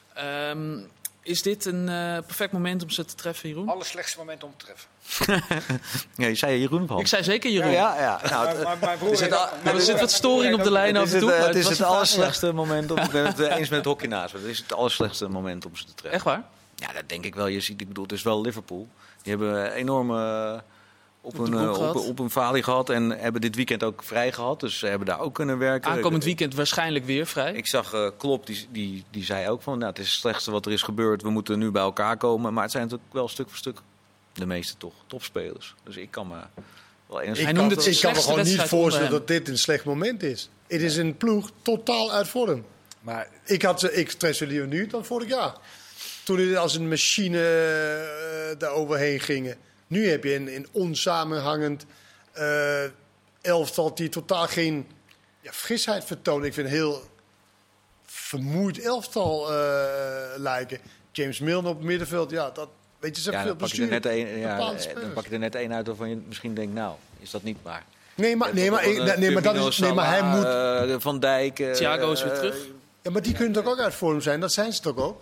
Um, is dit een uh, perfect moment om ze te treffen, Jeroen? Alle slechtste moment om te treffen. Ja, je zei Jeroen of Hans? Ik zei zeker Jeroen. Ja, ja. Nou, het, Maar mijn broer is het heeft al- ook- Maar mijn er zit broer- wat storing op de lijn het af is en het, toe. uh, maar het is was het een vraag, allerslechtste moment. Om, ik ben het uh, eens met Hockey naast. Het is het allerslechtste moment om ze te ja. treffen. Echt waar? Ja, dat denk ik wel. Je ziet, ik bedoel, het is wel Liverpool. Die hebben enorme uh, op, Op de een, broek uh, op, gehad. op een falie gehad. En hebben dit weekend ook vrij gehad. Dus ze hebben daar ook kunnen werken. Aankomend Ik- weekend waarschijnlijk weer vrij. Ik zag uh, Klopp, die, die, die zei ook van... Nou, het is het slechtste wat er is gebeurd. We moeten nu bij elkaar komen. Maar het zijn natuurlijk wel stuk voor stuk de meeste toch topspelers. Dus ik kan me wel eens... Ik Hij kan, noemde het ik kan me slechtste gewoon niet wedstrijd voorstellen onder dat dit een slecht moment is. Het is een ploeg totaal uit vorm. Maar Ik had ze, ik stress ze liever nu dan vorig jaar. Toen het als een machine uh, daar overheen gingen. Nu heb je een, een onsamenhangend uh, elftal die totaal geen ja, frisheid vertoont. Ik vind een heel vermoeid elftal uh, lijken. James Milner op het middenveld, ja, dat, weet Weet je, ze Ja, hebben dan, veel pak je er bestuur. net een, ja, bepaalde dan spelers. pak je er net één uit waarvan je misschien denkt, nou, is dat niet waar. Nee, maar, nee, maar, Bijvoorbeeld, nee, eh, nee, maar, dat Firmino, is, nee, maar hij Salah, moet... eh, Van Dijk... eh, Thiago is weer eh, terug. Ja, maar die kunnen toch ook uit vorm zijn? Dat zijn ze toch ook?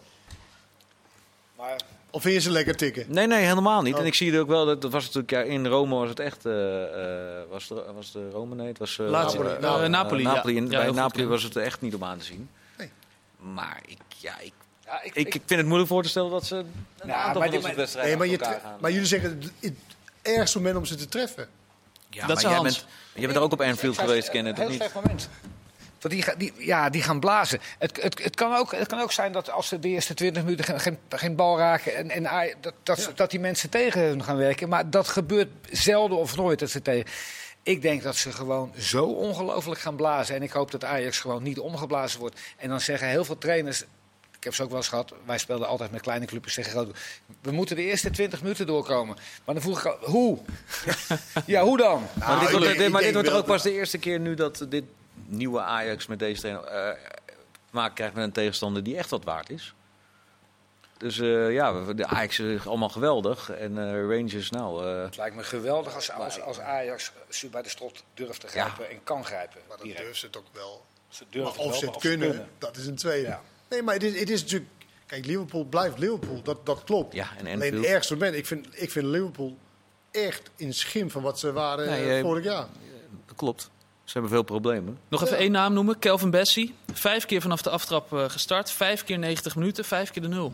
Maar Of vind je ze lekker tikken? Nee, nee, helemaal niet. Oh. En ik zie het ook wel, dat dat was natuurlijk, ja, in Rome was het echt, eh, eh, was, de, was de Rome, nee, het was uh, Lazio. Napoli. Eh, Nou, Napoli, ja. Napoli. En Ja, bij heel goed Napoli kennen. was het er echt niet om aan te zien. Nee. Maar ik, ja, ik, ja, ik, ik, ik vind het moeilijk voor te stellen dat ze een Ja, aantal maar van die- dat soort maar- wedstrijden Nee, maar, je achter elkaar tre- gaan. maar jullie zeggen het, het ergste moment om ze te treffen. Ja, Dat maar is jij Hans. bent, jij bent er ook op Anfield geweest, Kenneth, Een of heel niet? slecht moment. Want die, ga- die, ja, die gaan blazen. Het, het, het, kan ook, het kan ook zijn dat als ze de eerste twintig minuten geen, geen, geen bal raken... en, en Aj- dat, dat, Ja. dat die mensen tegen hun gaan werken. Maar dat gebeurt zelden of nooit dat ze tegen... Ik denk dat ze gewoon zo ongelooflijk gaan blazen. En ik hoop dat Ajax gewoon niet omgeblazen wordt. En dan zeggen heel veel trainers... Ik heb ze ook wel eens gehad. Wij speelden altijd met kleine clubjes tegen grote. We moeten de eerste twintig minuten doorkomen. Maar dan vroeg ik al, hoe? Ja, hoe dan? Maar Nou, dit wordt, ik dit- denk maar dit wordt wel ook pas dat- de eerste keer nu dat dit nieuwe Ajax met deze trainer eh, te maken krijgt met een tegenstander die echt wat waard is. Dus eh, ja, we- de Ajax is allemaal geweldig. En eh, Rangers, nou... eh, Het lijkt me geweldig als, als, als Ajax ze bij de strot durft te grijpen en kan grijpen. Maar dat direct. durven ze het ook wel. Ze durven Maar of wel, ze maar het kunnen, dat is een tweede. Ja. Nee, maar het is, het is natuurlijk... Kijk, Liverpool blijft Liverpool. Dat, dat klopt. Ja, en Alleen Anfield. het ergste moment... Ik vind, ik vind Liverpool echt in schim van wat ze waren Nee, eh, eh, vorig jaar. dat klopt. Ze hebben veel problemen. Nog even Ja. één naam noemen. Kelvin Bessie. Vijf keer vanaf de aftrap eh, gestart. Vijf keer negentig minuten. Vijf keer de nul.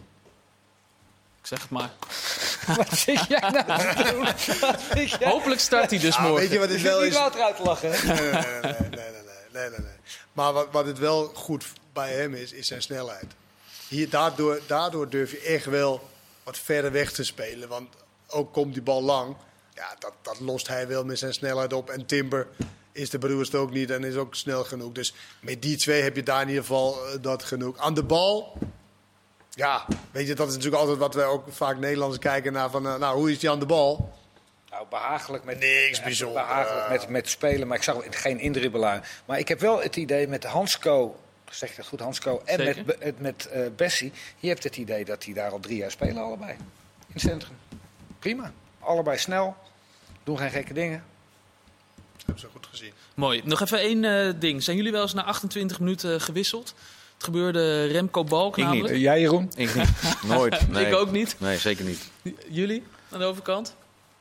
Ik zeg het maar. Wat zit jij nou te doen? Wat zit jij? Hopelijk start hij dus Ah, morgen. weet je wat dit Je wel zit is? niet Wouter uit te lachen. hè? Nee, nee, nee, nee, nee, nee, nee, nee, nee. Maar wat, wat het wel goed bij hem is, is zijn snelheid. Hier, daardoor, daardoor durf je echt wel wat verder weg te spelen. Want ook komt die bal lang, ja, dat, dat lost hij wel met zijn snelheid op. En Timber is de beroerste ook niet en is ook snel genoeg. Dus met die twee heb je daar in ieder geval eh, dat genoeg. Aan de bal, ja, weet je, dat is natuurlijk altijd wat wij ook vaak Nederlanders kijken naar. Van, eh, nou, hoe is die aan de bal? Nou, behagelijk met, Niks ja, bijzonder. behagelijk met, met spelen, maar ik zag geen indribbelaar. Maar ik heb wel het idee met Hansco, zeg ik dat goed, Hansco, en Zeker. met, met, met eh, Bessie. Je hebt het idee dat die daar al drie jaar spelen, allebei. In het centrum. Prima. Allebei snel. Doen geen gekke dingen. Hebben ze goed gezien. Mooi. Nog even één eh, ding. Zijn jullie wel eens na achtentwintig minuten gewisseld? Het gebeurde Remco Balk Ik namelijk. niet. jij, Jeroen? Ik niet. Nooit. Nee. Ik ook niet. Nee, zeker niet. Jullie aan de overkant?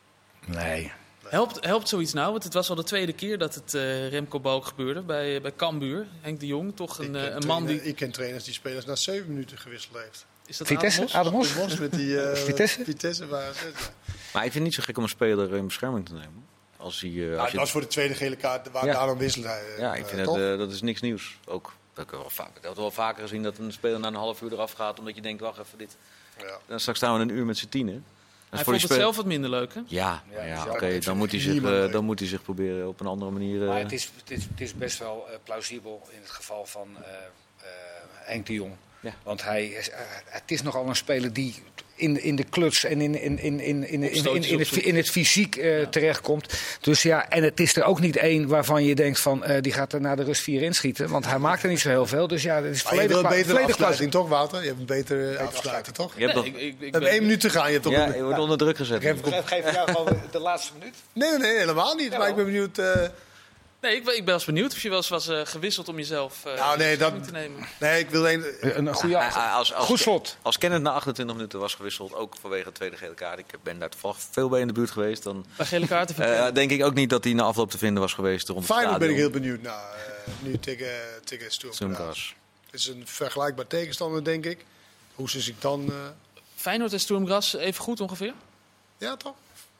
Nee. Helpt, helpt zoiets nou? Want het was al de tweede keer dat het eh, Remco Balk gebeurde bij, bij Cambuur. Henk de Jong, toch een, Ik eh, ken een man trainer- die... Ik ken trainers die spelers na zeven minuten gewisseld heeft. Is dat Vitesse? Amos? Adem Mos? De Mos met die eh, Vitesse? Vitesse waren ze. Ja. Maar ik vind het niet zo gek om een speler in bescherming te nemen. Als hij, eh, Nou, als het je, was voor de tweede gele kaart, waar Ja. daarom wisselde hij. eh, ja, ik eh, vind toch? het, eh, dat is niks nieuws. Ook, dat heb ik wel vaak, ik heb het wel vaker gezien dat een speler na een half uur eraf gaat. Omdat je denkt, wacht even, dit. Ja. Dan straks staan we een uur met z'n tienen. Hij vond het zelf wat minder leuk, hè? Ja, Ja, ja, dus oké, ja, dan, moet hij zich, niemand eh, leuk. dan moet hij zich proberen op een andere manier... eh, Maar het is, het is, het is best wel eh, plausibel in het geval van eh, eh, Henk de Jong. Ja. Want hij is, eh, het is nogal een speler die in, in de kluts en in, in, in, in, in, in, in, in, in, het, in het fysiek eh, terechtkomt. Dus ja, en het is er ook niet één waarvan je denkt van eh, die gaat er na de rust vier inschieten. Want hij maakt er niet zo heel veel. Dus ja, dat is Maar je volledig, wil een pla- betere volledig afsluiting, plausibel. toch Wouter? Je hebt een betere afsluiting, toch? je hebt Nee, nog- ik, ik, ik We hebben ben- één minuut te gaan. Je hebt toch ja, een- je wordt onder druk gezet. Geef- Geef, geef jou gewoon de laatste minuut. Nee, nee, nee, helemaal niet. Maar ik ben benieuwd. eh, nee, ik ben, ik ben wel eens benieuwd of je wel eens was eh, gewisseld om jezelf eh Nou, nee, in dat- bescherming te nemen. Nee, ik wil één. Een, een goede Ah, ah, als, als, Goed slot. Als Kenneth na achtentwintig minuten was gewisseld, ook vanwege de tweede gele kaart. Ik ben daar toevallig veel bij in de buurt geweest. Dan Bij gele kaarten van eh, denk ik ook niet dat hij na afloop te vinden was geweest rond het Feyenoord ben ik stadion. heel benieuwd naar. eh, nu tegen tegen Sturm Graz. Sturmgras. Het is een vergelijkbaar tegenstander, denk ik. Hoe ze zich dan. eh, Feyenoord en Sturm Graz even goed ongeveer? Ja, toch?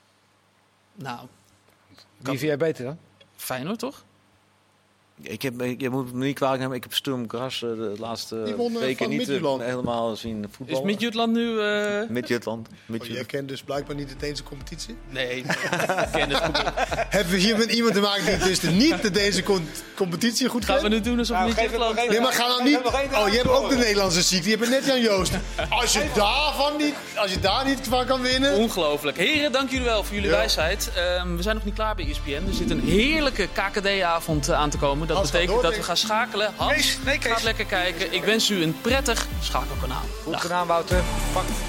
Nou, Wie vind jij beter dan? Feyenoord toch? Ik heb, ik, je moet me niet kwalijk nemen, ik heb Sturm Graz eh, de laatste Die won, eh, weken van niet eh, Midtjylland. helemaal zien Is voetballen. Midtjylland nu... eh, Midtjylland. Oh, jij Midtjylland. kent dus blijkbaar niet de Deense competitie. Nee, kennis. Hebben we hier met iemand te maken die dus de, niet de Deense com- competitie goed Gaan we kent? nu doen alsof Nou, we geef Midtjylland... hem nog Nee, maar ga dan niet. Oh, je hebt ook de Nederlandse ziekte. Je hebt net Jan Joost. Als je daarvan niet, als je daar niet van kan winnen. Ongelooflijk. Heren, dank jullie wel voor jullie Ja. wijsheid. Ehm, we zijn nog niet klaar bij E S P N. Er zit een heerlijke K K D-avond aan te komen. Dat Hans, ga betekent door, dat we denk gaan schakelen. Hans Kees, nee, Kees. gaat lekker kijken. Ik wens u een prettig schakelkanaal. Goed Dag. gedaan, Wouter. Pak.